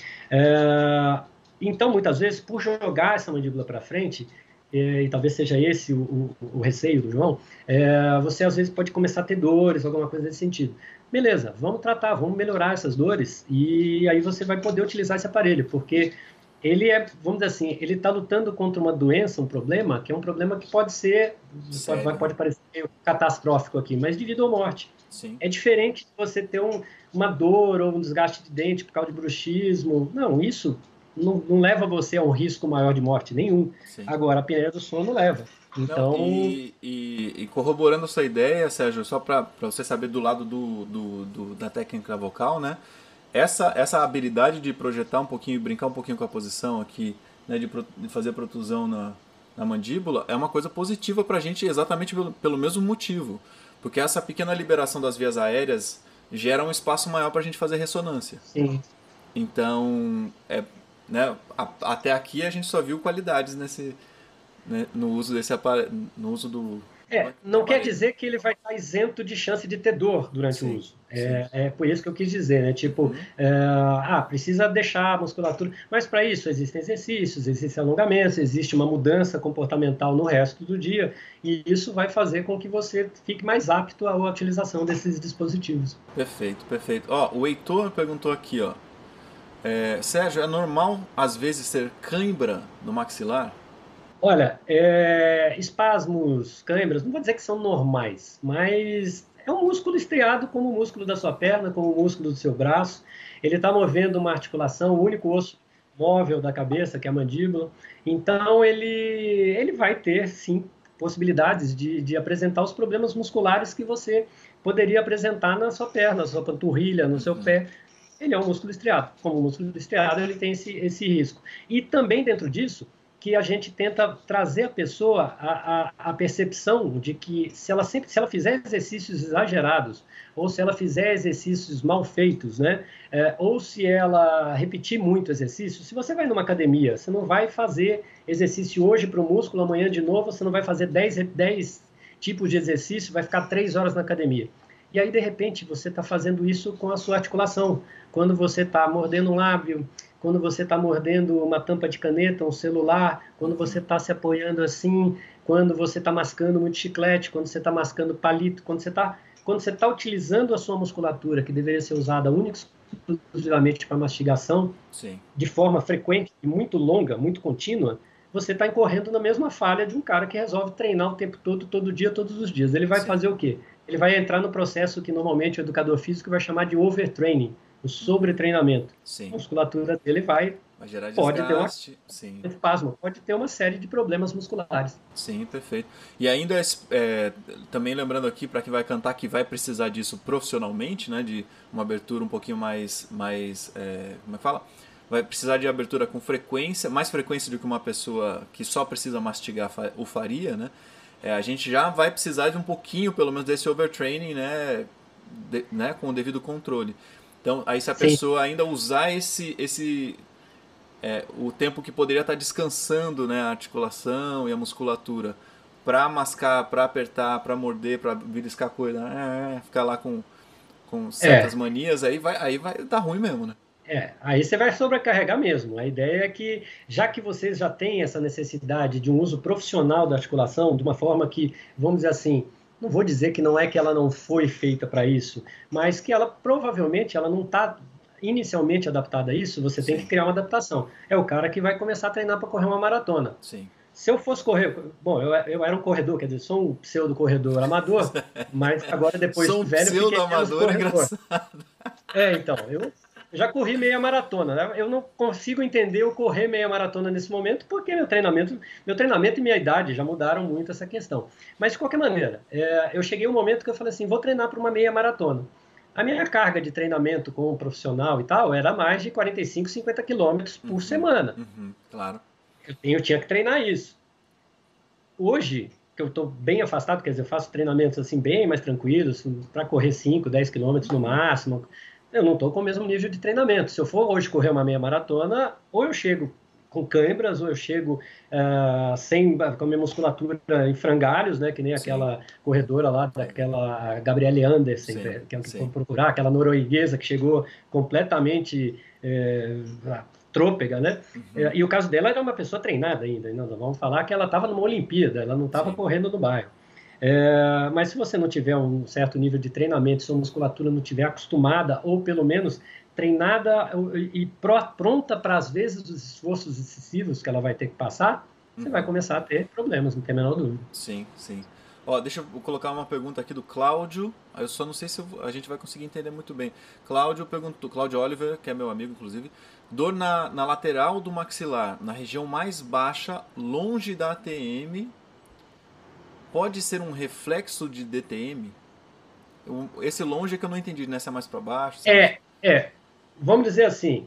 É, Então, muitas vezes, por jogar essa mandíbula para frente, e, e talvez seja esse o, o, o receio do João, é, você às vezes pode começar a ter dores, alguma coisa nesse sentido. Beleza, vamos tratar, vamos melhorar essas dores e aí você vai poder utilizar esse aparelho, porque ele é, vamos dizer assim, ele está lutando contra uma doença, um problema, que é um problema que pode ser, pode, pode parecer catastrófico aqui, mas de vida ou morte. Sim. É diferente de você ter um, uma dor ou um desgaste de dente por causa de bruxismo. Não, isso não, não leva você a um risco maior de morte nenhum. Sim. Agora, a apneia do sono leva. Então... Não, e, e, e corroborando a sua ideia, Sérgio, só para você saber do lado do, do, do, da técnica vocal, né? Essa, essa habilidade de projetar um pouquinho, brincar um pouquinho com a posição aqui, né, de, pro, de fazer protusão na, na mandíbula, é uma coisa positiva para a gente exatamente pelo, pelo mesmo motivo. Porque essa pequena liberação das vias aéreas gera um espaço maior para a gente fazer ressonância. Sim. Então, é, né, a, até aqui a gente só viu qualidades nesse, né, no uso desse aparelho, no uso do... É, não quer dizer que ele vai estar isento de chance de ter dor durante sim, o uso. É, é por isso que eu quis dizer, né? Tipo, uhum. é, ah, precisa deixar a musculatura. Mas para isso existem exercícios, existem alongamentos, existe uma mudança comportamental no resto do dia, e isso vai fazer com que você fique mais apto à utilização desses dispositivos. Perfeito, perfeito. Ó, o Heitor perguntou aqui, ó. É, Sérgio, é normal às vezes ter cãibra no maxilar? Olha, é, espasmos, câimbras, não vou dizer que são normais, mas é um músculo estriado como o músculo da sua perna, como o músculo do seu braço. Ele está movendo uma articulação, o único osso móvel da cabeça, que é a mandíbula. Então, ele, ele vai ter, sim, possibilidades de, de apresentar os problemas musculares que você poderia apresentar na sua perna, na sua panturrilha, no seu pé. Ele é um músculo estriado. Como músculo estriado, ele tem esse, esse risco. E também dentro disso, que a gente tenta trazer a pessoa a, a, a percepção de que se ela sempre, se ela fizer exercícios exagerados, ou se ela fizer exercícios mal feitos, né, é, ou se ela repetir muito exercício, se você vai numa academia, você não vai fazer exercício hoje para o músculo, amanhã de novo, você não vai fazer dez, dez tipos de exercício, vai ficar três horas na academia. E aí, de repente, você está fazendo isso com a sua articulação. Quando você está mordendo um lábio, quando você está mordendo uma tampa de caneta, um celular, quando você está se apoiando assim, quando você está mascando muito chiclete, quando você está mascando palito, quando você está quando você está utilizando a sua musculatura, que deveria ser usada única e exclusivamente para mastigação, sim, de forma frequente e muito longa, muito contínua, você está incorrendo na mesma falha de um cara que resolve treinar o tempo todo, todo dia, todos os dias. Ele vai sim. fazer o quê? Ele vai entrar no processo que normalmente o educador físico vai chamar de overtraining, o sobretreinamento. Sim. A musculatura dele vai, vai gerar pode desgaste, ter uma, sim. espasmo, pode ter uma série de problemas musculares. Sim, perfeito. E ainda, é, também lembrando aqui, para quem vai cantar, que vai precisar disso profissionalmente, né, de uma abertura um pouquinho mais, mais é, como é que fala? Vai precisar de abertura com frequência, mais frequência do que uma pessoa que só precisa mastigar o faria, né? É, a gente já vai precisar de um pouquinho, pelo menos, desse overtraining, né, de, né, com o devido controle. Então, aí se a Sim. pessoa ainda usar esse, esse é, o tempo que poderia estar descansando, né, a articulação e a musculatura, para mascar, para apertar, para morder, para beliscar coisa, é, ficar lá com, com certas é. manias, aí vai, aí vai dar ruim mesmo, né? É, aí você vai sobrecarregar mesmo. A ideia é que, já que vocês já têm essa necessidade de um uso profissional da articulação, de uma forma que, vamos dizer assim, não vou dizer que não é que ela não foi feita para isso, mas que ela provavelmente ela não está inicialmente adaptada a isso, você tem que Sim, criar uma adaptação. É o cara que vai começar a treinar para correr uma maratona. sim. Se eu fosse correr, bom, eu, eu era um corredor, quer dizer, sou um pseudo corredor amador, mas agora depois Sou de um velho eu fiquei menos pseudo-amador corredor. engraçado. É, então, eu já corri meia maratona, né? Eu não consigo entender eu correr meia maratona nesse momento, porque meu treinamento, meu treinamento e minha idade já mudaram muito essa questão. Mas, de qualquer maneira, é, eu cheguei um momento que eu falei assim, vou treinar para uma meia maratona. A minha carga de treinamento como profissional e tal era mais de quarenta e cinco, cinquenta quilômetros por Uhum, semana. uhum, claro. Eu, tenho- eu tinha que treinar isso. Hoje, que eu estou bem afastado, quer dizer, eu faço treinamentos assim bem mais tranquilos, para correr cinco, dez quilômetros no máximo, eu não estou com o mesmo nível de treinamento. Se eu for hoje correr uma meia maratona, ou eu chego com câimbras, ou eu chego uh, sem, com a minha musculatura em frangalhos, né, que nem Sim, aquela corredora lá, daquela Gabriele Andersen, sim, que é o que for sim. procurar, aquela norueguesa que chegou completamente é, trôpega, né? Uhum, É, e o caso dela era uma pessoa treinada ainda, não, vamos falar que ela estava numa Olimpíada, ela não estava sim. correndo no bairro. É, mas se você não tiver um certo nível de treinamento, se a musculatura não estiver acostumada, ou pelo menos treinada e pronta para, às vezes, os esforços excessivos que ela vai ter que passar, você vai Uhum, começar a ter problemas, não tem a menor dúvida. sim, sim. Ó, deixa eu colocar uma pergunta aqui do Cláudio. Eu só não sei se eu- a gente vai conseguir entender muito bem. Cláudio perguntou, Cláudio Oliver, que é meu amigo, inclusive. Dor na, na lateral do maxilar, na região mais baixa, longe da A T M, pode ser um reflexo de D T M? Eu- esse longe é que eu não entendi, né? Se é mais para baixo, se é mais. É, é. Vamos dizer assim,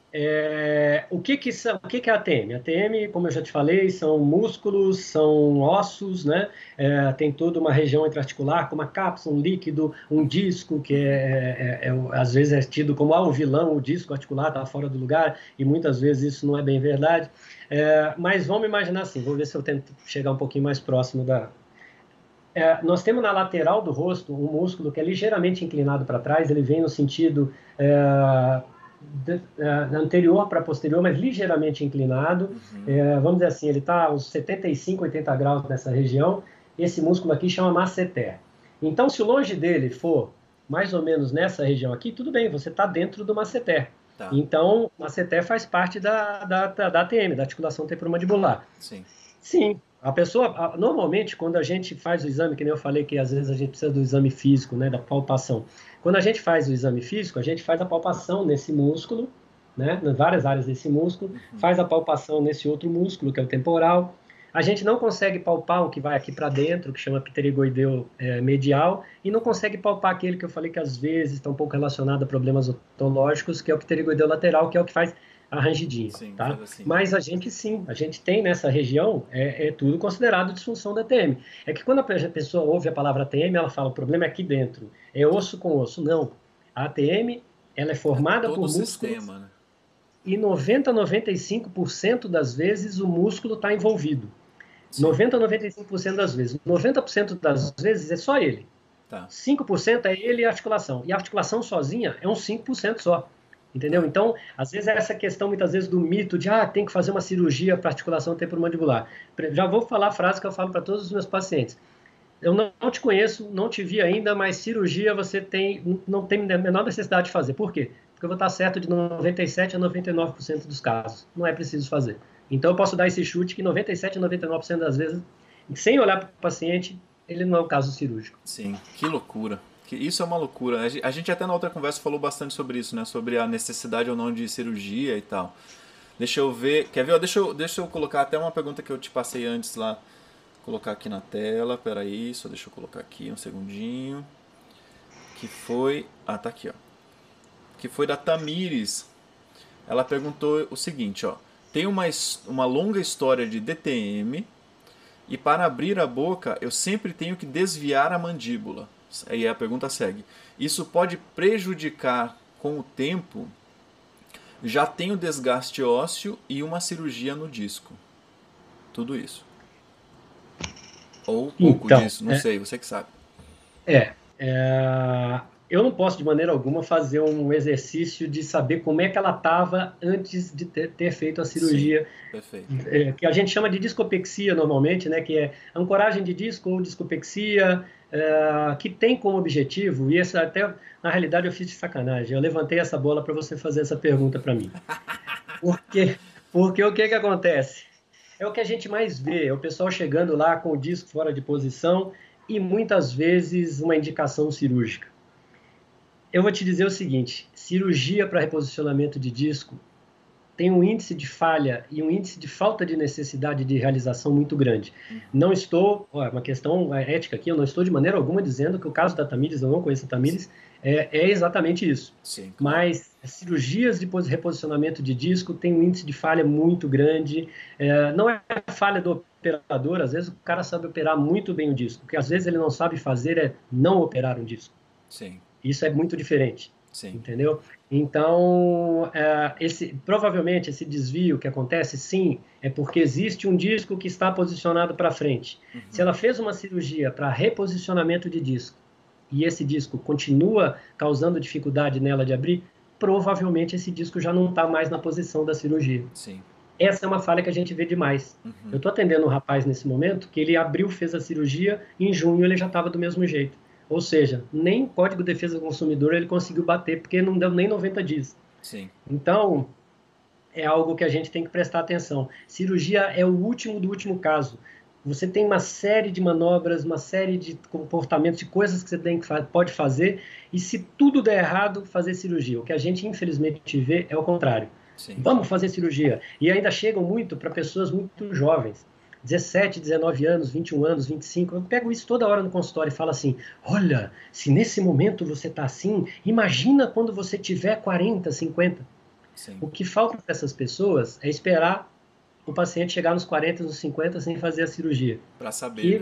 É, o que que, são, o que que é a T M? A T M, como eu já te falei, são músculos, são ossos, né? É, tem toda uma região intraarticular, como uma cápsula, um líquido, um disco, que é, é, é, é, às vezes é tido como ah, o vilão, o disco articular está fora do lugar, e muitas vezes isso não é bem verdade. É, mas vamos imaginar assim, vou ver se eu tento chegar um pouquinho mais próximo da. É, nós temos na lateral do rosto um músculo que é ligeiramente inclinado para trás, ele vem no sentido é, de, é, anterior para posterior, mas ligeiramente inclinado. Uhum, É, vamos dizer assim, ele está uns setenta e cinco, oitenta graus nessa região. Esse músculo aqui chama masseter. Então, se o longe dele for mais ou menos nessa região aqui, tudo bem, você está dentro do masseter. tá, Então, o masseter faz parte da, da, da, da A T M, da articulação temporomandibular. sim. Sim, a pessoa, normalmente, quando a gente faz o exame, que nem eu falei que às vezes a gente precisa do exame físico, né, da palpação. Quando a gente faz o exame físico, a gente faz a palpação nesse músculo, né, em várias áreas desse músculo, faz a palpação nesse outro músculo, que é o temporal. A gente não consegue palpar o que vai aqui para dentro, que chama pterigoideu é, medial, e não consegue palpar aquele que eu falei que às vezes está um pouco relacionado a problemas otológicos, que é o pterigoideu lateral, que é o que faz a rangidinha, Sim, tá? faz assim. Mas a gente sim, a gente tem nessa região, é, é tudo considerado disfunção da T M. É que quando a pessoa ouve a palavra T M, ela fala, o problema é aqui dentro, é osso com osso. Não. A T M, ela é É formada todo o por músculos sistema, né? e noventa, noventa e cinco por cento das vezes o músculo está envolvido. Sim, noventa, noventa e cinco por cento das vezes. noventa por cento das vezes é só ele. tá, cinco por cento é ele e a articulação. E a articulação sozinha é uns cinco por cento só. Entendeu? tá. Então, às vezes é essa questão, muitas vezes, do mito de, ah, tem que fazer uma cirurgia para articulação temporomandibular. Já vou falar a frase que eu falo para todos os meus pacientes. Eu não te conheço, não te vi ainda, mas cirurgia você tem, não tem a menor necessidade de fazer. Por quê? Porque eu vou estar certo de noventa e sete a noventa e nove por cento dos casos. Não é preciso fazer. Então, eu posso dar esse chute que noventa e sete a noventa e nove por cento das vezes, sem olhar para o paciente, ele não é um caso cirúrgico. Sim, que loucura. Que isso é uma loucura. A gen- a gente até na outra conversa falou bastante sobre isso, né? Sobre a necessidade ou não de cirurgia e tal. Deixa eu ver. Quer ver? Ó, Deixa eu, deixa eu colocar até uma pergunta que eu te passei antes lá. Colocar aqui na tela. Peraí, só deixa eu colocar aqui um segundinho. Que foi. Ah, tá aqui, ó. Que foi da Tamires. Ela perguntou o seguinte, ó. Tem uma, his- uma longa história de D T M e para abrir a boca eu sempre tenho que desviar a mandíbula. Aí a pergunta segue. Isso pode prejudicar com o tempo? Já tenho desgaste ósseo e uma cirurgia no disco. Tudo isso. Ou pouco Então, disso, não sei, você que sabe. é, é eu não posso de maneira alguma fazer um exercício de saber como é que ela estava antes de ter, ter feito a Sim, cirurgia, perfeito. é, que a gente chama de discopexia normalmente, né, que é ancoragem de disco ou discopexia, é, que tem como objetivo, e essa até na realidade eu fiz de sacanagem, eu levantei essa bola para você fazer essa pergunta para mim. Porque, porque o que que acontece? É o que a gente mais vê, é o pessoal chegando lá com o disco fora de posição e muitas vezes uma indicação cirúrgica. Eu vou te dizer o seguinte, cirurgia para reposicionamento de disco tem um índice de falha e um índice de falta de necessidade de realização muito grande. Uhum. Não estou, ó, uma questão ética aqui, eu não estou de maneira alguma dizendo que o caso da Tamires, eu não conheço a Tamires, é, é exatamente isso. Sim, claro. Mas cirurgias de reposicionamento de disco tem um índice de falha muito grande. É, não é falha do operador, às vezes o cara sabe operar muito bem o disco. O que às vezes ele não sabe fazer é não operar um disco. Sim. Isso é muito diferente. Sim. Entendeu? Então, é, esse, provavelmente esse desvio que acontece, sim, é porque existe um disco que está posicionado para frente. Uhum. Se ela fez uma cirurgia para reposicionamento de disco e esse disco continua causando dificuldade nela de abrir, provavelmente esse disco já não está mais na posição da cirurgia. Sim. Essa é uma falha que a gente vê demais. Uhum. Eu estou atendendo um rapaz nesse momento que ele abriu, fez a cirurgia, e em junho ele já estava do mesmo jeito. Ou seja, nem Código de Defesa do Consumidor ele conseguiu bater, porque não deu nem noventa dias. Sim. Então, é algo que a gente tem que prestar atenção. Cirurgia é o último do último caso. Você tem uma série de manobras, uma série de comportamentos, de coisas que você tem que, pode fazer, e se tudo der errado, fazer cirurgia. O que a gente, infelizmente, vê é o contrário. Sim. Vamos fazer cirurgia. E ainda chegam muito para pessoas muito jovens. dezessete, dezenove anos, vinte e um anos, vinte e cinco, eu pego isso toda hora no consultório e falo assim, olha, se nesse momento você está assim, imagina quando você tiver quarenta, cinquenta. Sim. O que falta para essas pessoas é esperar o paciente chegar nos quarenta, nos cinquenta sem fazer a cirurgia. Para saber, que, né?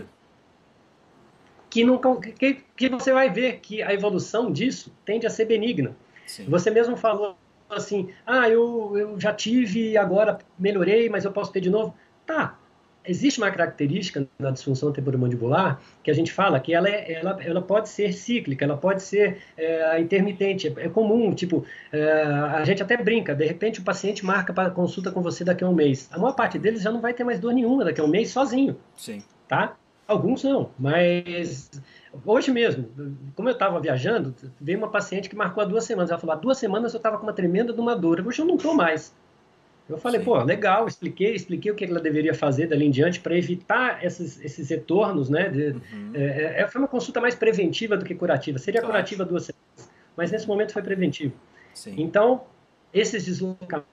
que, não, que, que você vai ver que a evolução disso tende a ser benigna. Sim. Você mesmo falou assim, ah, eu, eu já tive, agora melhorei, mas eu posso ter de novo. Tá. Existe uma característica na disfunção temporomandibular que a gente fala que ela, é, ela, ela pode ser cíclica, ela pode ser é, intermitente, é comum, tipo, é, a gente até brinca, de repente o paciente marca para consulta com você daqui a um mês. A maior parte deles já não vai ter mais dor nenhuma daqui a um mês sozinho. Sim. Tá? Alguns não, mas hoje mesmo, como eu estava viajando, veio uma paciente que marcou há duas semanas, ela falou, há duas semanas eu estava com uma tremenda de uma dor, hoje eu não estou mais. Eu falei, Sim. pô, legal, expliquei, expliquei o que ela deveria fazer dali em diante para evitar esses, esses retornos, né? De, uhum. é, é, foi uma consulta mais preventiva do que curativa. Seria claro. Curativa duas semanas, mas nesse momento foi preventivo. Sim. Então, esses deslocamentos,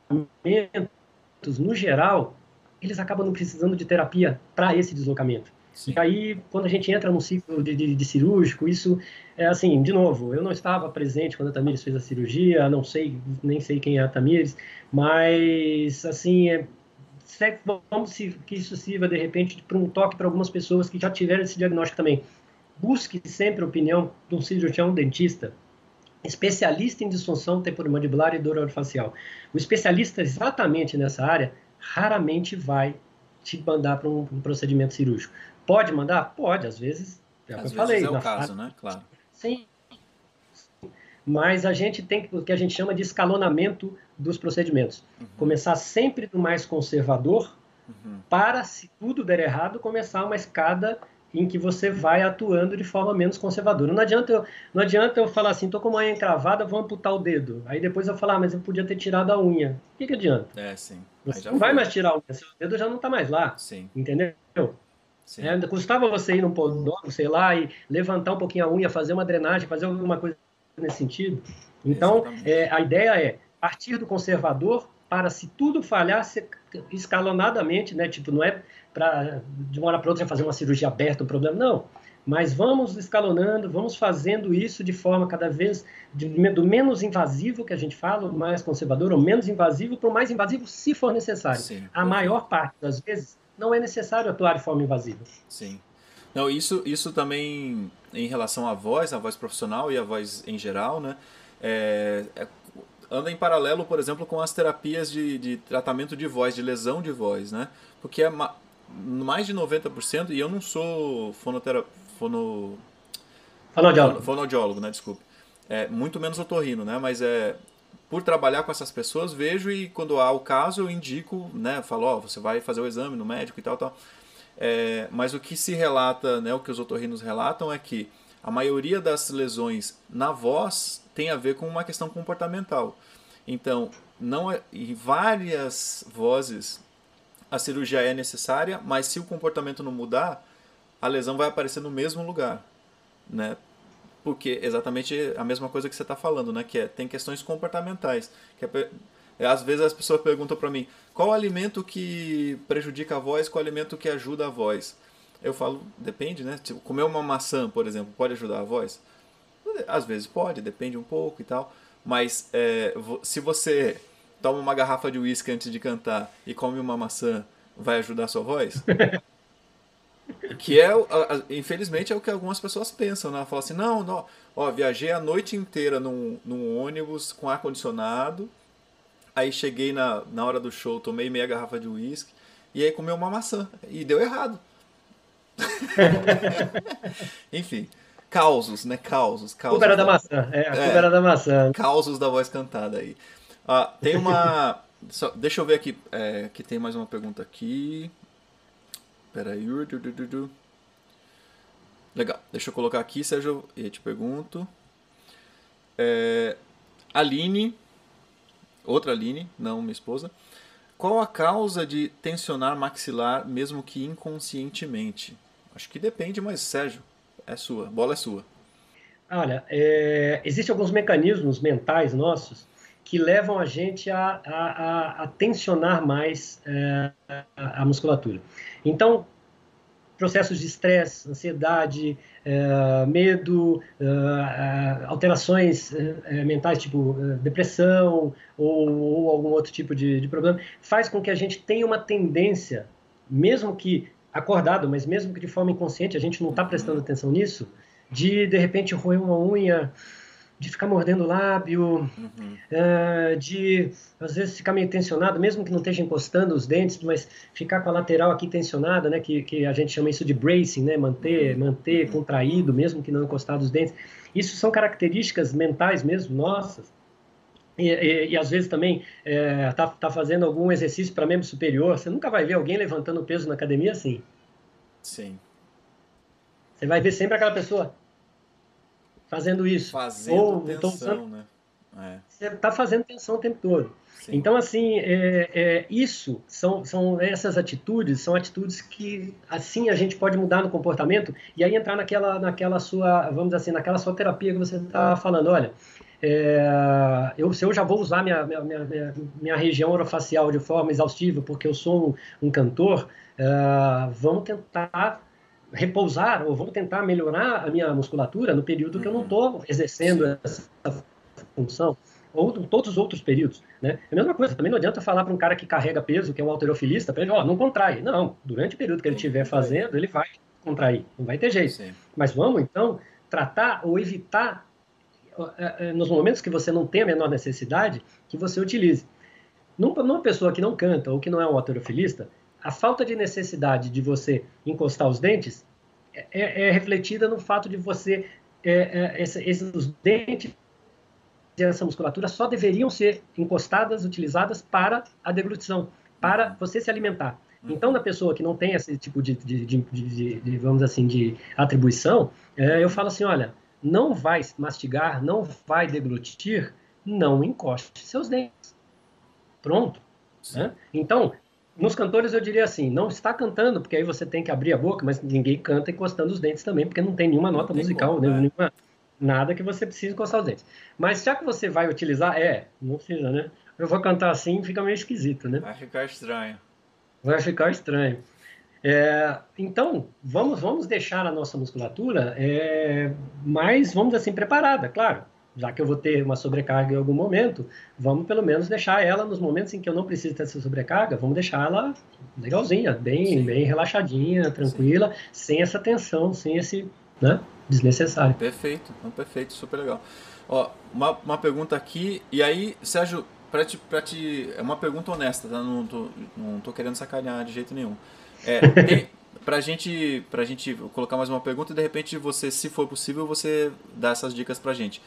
no geral, eles acabam não precisando de terapia para esse deslocamento. Sim. E aí, quando a gente entra num ciclo de, de, de cirúrgico, isso é assim, de novo, eu não estava presente quando a Tamires fez a cirurgia, não sei, nem sei quem é a Tamires, mas, assim, é, vamos se, que isso sirva, de repente, para um toque para algumas pessoas que já tiveram esse diagnóstico também. Busque sempre a opinião de um cirurgião dentista, especialista em disfunção temporomandibular e dor orofacial. O especialista exatamente nessa área raramente vai te mandar para um, um procedimento cirúrgico. Pode mandar? Pode, às vezes, é o que eu falei. É o caso, né? Claro. Sim. Mas a gente tem o que a gente chama de escalonamento dos procedimentos. Uhum. Começar sempre do mais conservador, uhum. para, se tudo der errado, começar uma escada em que você vai atuando de forma menos conservadora. Não adianta eu, não adianta eu falar assim, tô com uma unha encravada, vou amputar o dedo. Aí depois eu falar, ah, mas eu podia ter tirado a unha. O que, que adianta? É, sim. Você não vai mais tirar a unha, seu dedo já não está mais lá. Sim. Entendeu? É, custava você ir num podólogo, sei lá, e levantar um pouquinho a unha, fazer uma drenagem, fazer alguma coisa nesse sentido. Então, é, a ideia é partir do conservador para, se tudo falhar, ser escalonadamente, né? Tipo, não é para de uma hora para outra fazer uma cirurgia aberta, um problema, não. Mas vamos escalonando, vamos fazendo isso de forma cada vez de, do menos invasivo, que a gente fala, o mais conservador, ou menos invasivo, para o mais invasivo, se for necessário. Sim, a maior parte das vezes não é necessário atuar de forma invasiva. Sim. Não, isso, isso também em relação à voz, a voz profissional e a voz em geral, né? É, é, anda em paralelo, por exemplo, com as terapias de, de tratamento de voz, de lesão de voz, né? Porque é ma, mais de noventa por cento, e eu não sou fonotera, fono, fonoaudiólogo. fonoaudiólogo, né? Desculpe. É, muito menos otorrino, né? Mas é, por trabalhar com essas pessoas, vejo e quando há o caso eu indico, né? Falo, ó, você vai fazer o exame no médico e tal, tal. É, mas o que se relata, né? O que os otorrinos relatam é que a maioria das lesões na voz tem a ver com uma questão comportamental. Então, não é, em várias vozes a cirurgia é necessária, mas se o comportamento não mudar, a lesão vai aparecer no mesmo lugar, né? Porque exatamente a mesma coisa que você está falando, né? Que é, tem questões comportamentais. Que é, é, às vezes as pessoas perguntam para mim, qual alimento que prejudica a voz, qual alimento que ajuda a voz? Eu falo, depende, né? Tipo, comer uma maçã, por exemplo, pode ajudar a voz? Às vezes pode, depende um pouco e tal. Mas é, se você toma uma garrafa de uísque antes de cantar e come uma maçã, vai ajudar a sua voz? Que é, infelizmente, é o que algumas pessoas pensam, né? Falam assim, não, não, ó, viajei a noite inteira num, num ônibus com ar-condicionado, aí cheguei na, na hora do show, tomei meia garrafa de uísque, e aí comi uma maçã, e deu errado. Enfim, causos, né? Causos, causos. Culpa era da Da, maçã, é, a culpa é, era da maçã. causos da voz cantada aí. Ah, tem uma... Só, deixa eu ver aqui, é, que tem mais uma pergunta aqui. Peraí. Legal, deixa eu colocar aqui, Sérgio, e te pergunto. É, Aline, outra Aline, não minha esposa. Qual a causa de tensionar maxilar, mesmo que inconscientemente? Acho que depende, mas Sérgio, é sua, a bola é sua. Olha, é, existem alguns mecanismos mentais nossos que levam a gente a, a, a, a tensionar mais é, a, a musculatura. Então, processos de estresse, ansiedade, é, medo, é, alterações é, mentais, tipo é, depressão ou, ou algum outro tipo de, de problema, faz com que a gente tenha uma tendência, mesmo que acordado, mas mesmo que de forma inconsciente, a gente não está prestando atenção nisso, de, de repente, roer uma unha, de ficar mordendo o lábio, Uhum. uh, de, às vezes, ficar meio tensionado, mesmo que não esteja encostando os dentes, mas ficar com a lateral aqui tensionada, né, que, que a gente chama isso de bracing, né, manter, manter contraído, mesmo que não encostado os dentes. Isso são características mentais mesmo, nossas. E, e, e às vezes também é, tá, tá fazendo algum exercício para membro superior, você nunca vai ver alguém levantando peso na academia assim. Sim. Você vai ver sempre aquela pessoa fazendo isso. Fazendo Ou então tensão, né? É. você está fazendo tensão o tempo todo. Sim. Então, assim, é, é, isso são, são essas atitudes, são atitudes que, assim, a gente pode mudar no comportamento e aí entrar naquela, naquela sua, vamos dizer assim, naquela sua terapia que você está falando. Olha, é, eu, se eu já vou usar minha, minha, minha, minha região orofacial de forma exaustiva porque eu sou um, um cantor, é, vamos tentar repousar ou vamos tentar melhorar a minha musculatura no período que eu não estou exercendo Sim. essa função, ou todos os outros períodos, né? É a mesma coisa, também não adianta falar para um cara que carrega peso, que é um halterofilista, para ele, ó, não contrai. Não, durante o período que ele estiver fazendo, ele vai contrair, não vai ter jeito. Sim. Mas vamos, então, tratar ou evitar, nos momentos que você não tem a menor necessidade, que você utilize. Numa pessoa que não canta ou que não é um halterofilista, a falta de necessidade de você encostar os dentes é, é refletida no fato de você, é, é, esses, os dentes essa musculatura só deveriam ser encostadas, utilizadas para a deglutição, para uhum. você se alimentar. Uhum. Então, na pessoa que não tem esse tipo de, de, de, de, de vamos assim, de atribuição, é, eu falo assim, olha, não vai mastigar, não vai deglutir, não encoste seus dentes. Pronto. Né? Então, nos cantores eu diria assim, não está cantando, porque aí você tem que abrir a boca, mas ninguém canta encostando os dentes também, porque não tem nenhuma nota tem musical, como, né? nenhuma... Nada que você precise encostar os dentes. Mas já que você vai utilizar, é, não precisa, né? Eu vou cantar assim, fica meio esquisito, né? Vai ficar estranho. Vai ficar estranho. É, então, vamos, vamos deixar a nossa musculatura é, mais, vamos dizer assim, preparada, claro. Já que eu vou ter uma sobrecarga em algum momento, vamos pelo menos deixar ela, nos momentos em que eu não preciso ter essa sobrecarga, vamos deixar ela legalzinha, bem, bem relaxadinha, tranquila, Sim. sem essa tensão, sem esse... né? desnecessário. Perfeito, não, perfeito, super legal. Ó, uma, uma pergunta aqui, e aí, Sérgio, pra te, pra te, é uma pergunta honesta, tá? Não tô, não tô querendo sacanear de jeito nenhum. É, tem, pra, gente, pra gente colocar mais uma pergunta e de repente você, se for possível, você dá essas dicas pra gente.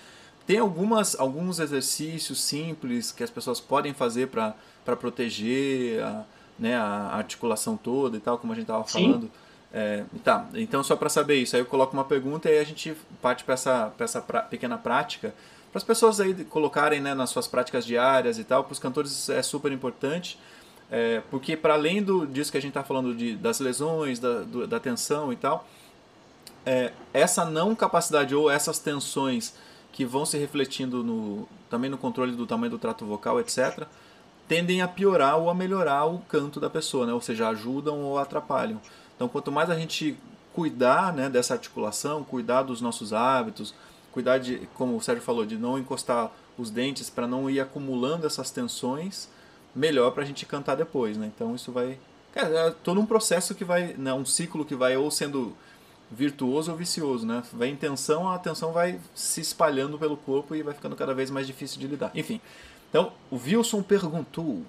tem algumas, alguns exercícios simples que as pessoas podem fazer para proteger a, né, a articulação toda e tal, como a gente estava falando. É, tá, então só para saber isso, aí eu coloco uma pergunta e aí a gente parte para essa, pra essa pra, pequena prática, para as pessoas aí colocarem, né, nas suas práticas diárias e tal. Para os cantores é super importante, é, porque para além do, disso que a gente está falando de, das lesões, da, do, da tensão e tal, é, essa não capacidade ou essas tensões que vão se refletindo no, também no controle do tamanho do trato vocal, etcétera, tendem a piorar ou a melhorar o canto da pessoa, né? Ou seja, ajudam ou atrapalham. Então, quanto mais a gente cuidar, né, dessa articulação, cuidar dos nossos hábitos, cuidar de, como o Sérgio falou, de não encostar os dentes para não ir acumulando essas tensões, melhor para a gente cantar depois, né? Então, isso vai... É, é todo um processo que vai... Né, um ciclo que vai ou sendo virtuoso ou vicioso, né? Vai em tensão, a tensão vai se espalhando pelo corpo e vai ficando cada vez mais difícil de lidar. Enfim, então, o Wilson perguntou...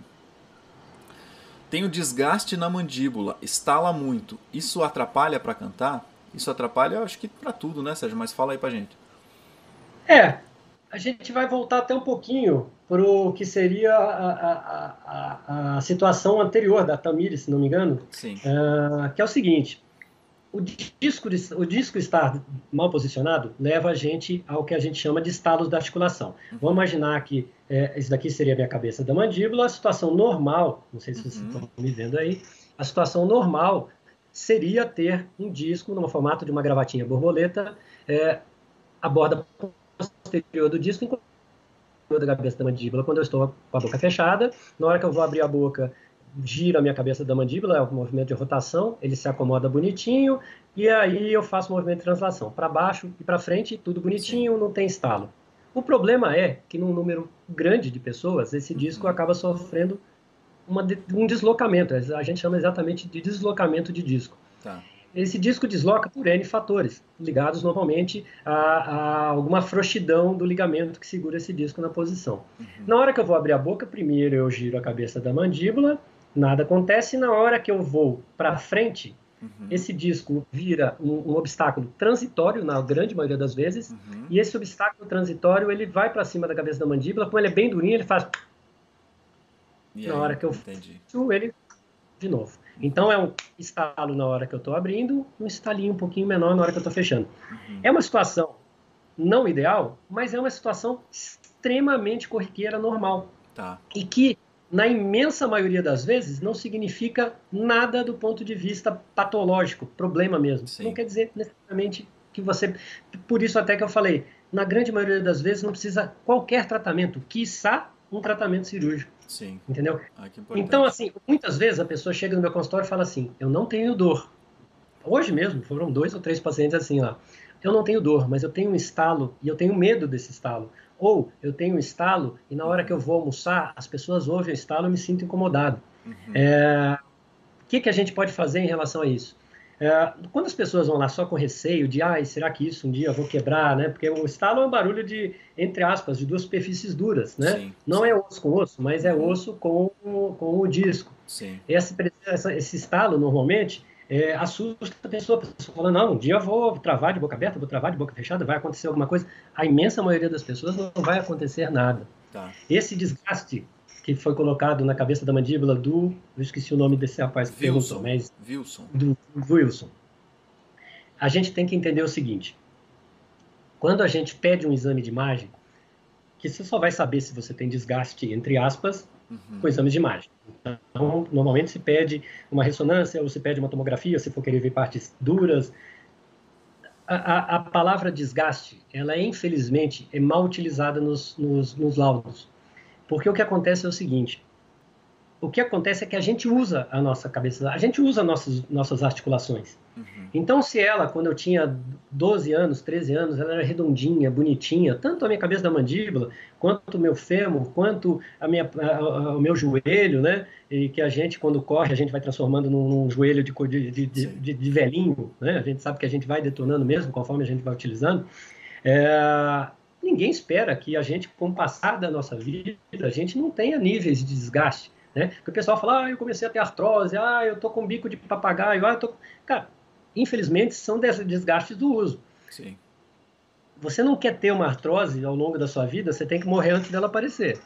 Tenho desgaste na mandíbula, estala muito. Isso atrapalha para cantar? Isso atrapalha, eu acho que para tudo, né, Sérgio? Mas fala aí pra gente. É, a gente vai voltar até um pouquinho para o que seria a, a, a, a situação anterior da Tamires, se não me engano. Sim. Uh, que é o seguinte: o disco, o disco estar mal posicionado leva a gente ao que a gente chama de estalos da articulação. Uhum. Vamos imaginar que é, isso daqui seria a minha cabeça da mandíbula. A situação normal, não sei se vocês uhum. estão me vendo aí, a situação normal seria ter um disco no formato de uma gravatinha borboleta, é, a borda posterior do disco da cabeça da mandíbula quando eu estou com a boca fechada. Na hora que eu vou abrir a boca, gira a minha cabeça da mandíbula, é o movimento de rotação, ele se acomoda bonitinho, e aí eu faço o movimento de translação, para baixo e para frente, tudo bonitinho, Sim. não tem estalo. O problema é que num número grande de pessoas, esse disco uhum. acaba sofrendo uma, um deslocamento, a gente chama exatamente de deslocamento de disco. Tá. Esse disco desloca por N fatores, ligados normalmente a, a alguma frouxidão do ligamento que segura esse disco na posição. Uhum. Na hora que eu vou abrir a boca, primeiro eu giro a cabeça da mandíbula, nada acontece. Na hora que eu vou para frente, uhum. esse disco vira um, um obstáculo transitório, na grande maioria das vezes, uhum. e esse obstáculo transitório ele vai para cima da cabeça da mandíbula, como ele é bem durinho, ele faz... E na aí, hora que eu faço, ele de novo. Então é um estalo na hora que eu estou abrindo, um estalinho um pouquinho menor na hora que eu estou fechando. Uhum. É uma situação não ideal, mas é uma situação extremamente corriqueira, normal. Tá. E que, na imensa maioria das vezes, não significa nada do ponto de vista patológico, problema mesmo. Sim. Não quer dizer necessariamente que você... Por isso até que eu falei, na grande maioria das vezes não precisa qualquer tratamento, quiçá um tratamento cirúrgico. Sim. Entendeu? Ah, que então, assim, muitas vezes a pessoa chega no meu consultório e fala assim, eu não tenho dor. Hoje mesmo, foram dois ou três pacientes assim, ó. Eu não tenho dor, mas eu tenho um estalo e eu tenho medo desse estalo. Ou eu tenho um estalo e na hora que eu vou almoçar, as pessoas ouvem o estalo e eu me sinto incomodado. Uhum. É... O que, que a gente pode fazer em relação a isso? É, quando as pessoas vão lá só com receio de, ah, será que isso um dia eu vou quebrar, né? Porque o estalo é um barulho de, entre aspas, de duas superfícies duras, né? Sim, Não sim. é osso com osso, mas é osso com, com o disco. Sim. Esse, essa, esse estalo, normalmente, é, assusta a pessoa. A pessoa fala, não, um dia eu vou travar de boca aberta, vou travar de boca fechada, vai acontecer alguma coisa. A imensa maioria das pessoas não vai acontecer nada. Tá. Esse desgaste que foi colocado na cabeça da mandíbula do... Eu esqueci o nome desse rapaz que Wilson, perguntou, mas... Wilson. Do Wilson. A gente tem que entender o seguinte. Quando a gente pede um exame de imagem, que você só vai saber se você tem desgaste, entre aspas, uhum. com exames de imagem. Então, normalmente se pede uma ressonância ou se pede uma tomografia, se for querer ver partes duras. A, a, a palavra desgaste, ela é, infelizmente, é mal utilizada nos, nos, nos laudos. Porque o que acontece é o seguinte, o que acontece é que a gente usa a nossa cabeça, a gente usa nossas, nossas articulações. Uhum. Então, se ela, quando eu tinha doze anos, treze anos, ela era redondinha, bonitinha, tanto a minha cabeça da mandíbula, quanto o meu fêmur, quanto a minha, a, a, o meu joelho, né? E que a gente, quando corre, a gente vai transformando num, num joelho de, de, de, de, de velhinho, né? A gente sabe que a gente vai detonando mesmo, conforme a gente vai utilizando. É... Ninguém espera que a gente, com o passar da nossa vida, a gente não tenha níveis de desgaste, né? Porque o pessoal fala, ah, eu comecei a ter artrose, ah, eu tô com bico de papagaio, ah, eu tô... Cara, infelizmente, são desgastes do uso. Sim. você não quer ter uma artrose ao longo da sua vida, você tem que morrer antes dela aparecer.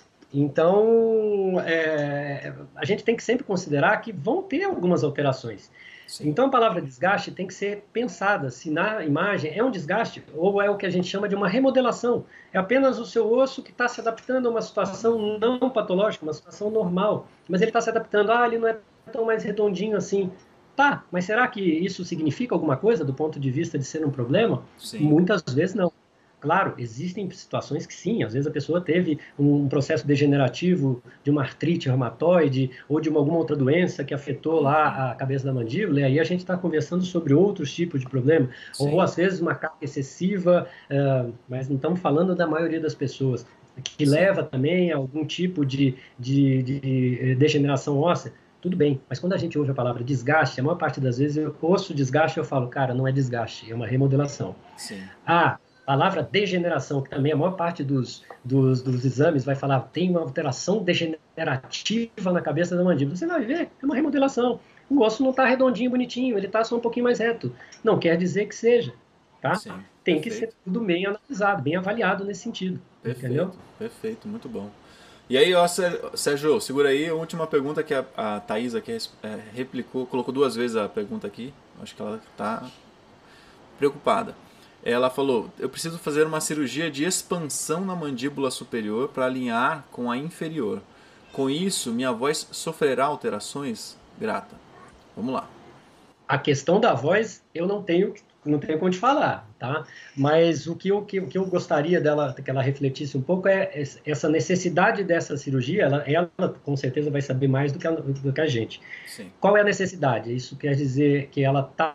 Então, é, a gente tem que sempre considerar que vão ter algumas alterações. Sim. Então, a palavra desgaste tem que ser pensada se na imagem é um desgaste ou é o que a gente chama de uma remodelação. É apenas o seu osso que está se adaptando a uma situação não patológica, uma situação normal. Mas ele está se adaptando, ah, ele não é tão mais redondinho assim. Tá, mas será que isso significa alguma coisa do ponto de vista de ser um problema? Sim. Muitas vezes não. Claro, existem situações que sim, às vezes a pessoa teve um processo degenerativo de uma artrite reumatoide ou de uma, alguma outra doença que afetou lá a cabeça da mandíbula, e aí a gente está conversando sobre outros tipos de problema, sim. Ou às vezes uma carga excessiva, uh, mas não estamos falando da maioria das pessoas, que sim. Leva também a algum tipo de, de, de degeneração óssea. Tudo bem, mas quando a gente ouve a palavra desgaste, a maior parte das vezes eu ouço desgaste e eu falo, cara, não é desgaste, é uma remodelação. Sim. Ah, a palavra degeneração, que também a maior parte dos, dos, dos exames vai falar, tem uma alteração degenerativa na cabeça da mandíbula. Você vai ver, é uma remodelação. O osso não está redondinho, bonitinho, ele está só um pouquinho mais reto. Não quer dizer que seja, tá? Sim, tem perfeito. Que ser tudo bem analisado, bem avaliado nesse sentido. Perfeito, entendeu? Perfeito, muito bom. E aí, ó, Sérgio, segura aí a última pergunta que a, a Thaís aqui é, replicou, colocou duas vezes a pergunta aqui. Acho que ela está preocupada. Ela falou, eu preciso fazer uma cirurgia de expansão na mandíbula superior para alinhar com a inferior. Com isso, minha voz sofrerá alterações? Grata. Vamos lá. A questão da voz, eu não tenho, não tenho como te falar, tá? Mas o que eu, que, que eu gostaria dela, que ela refletisse um pouco é essa necessidade dessa cirurgia, ela, ela com certeza vai saber mais do que a, do que a gente. Sim. Qual é a necessidade? Isso quer dizer que ela está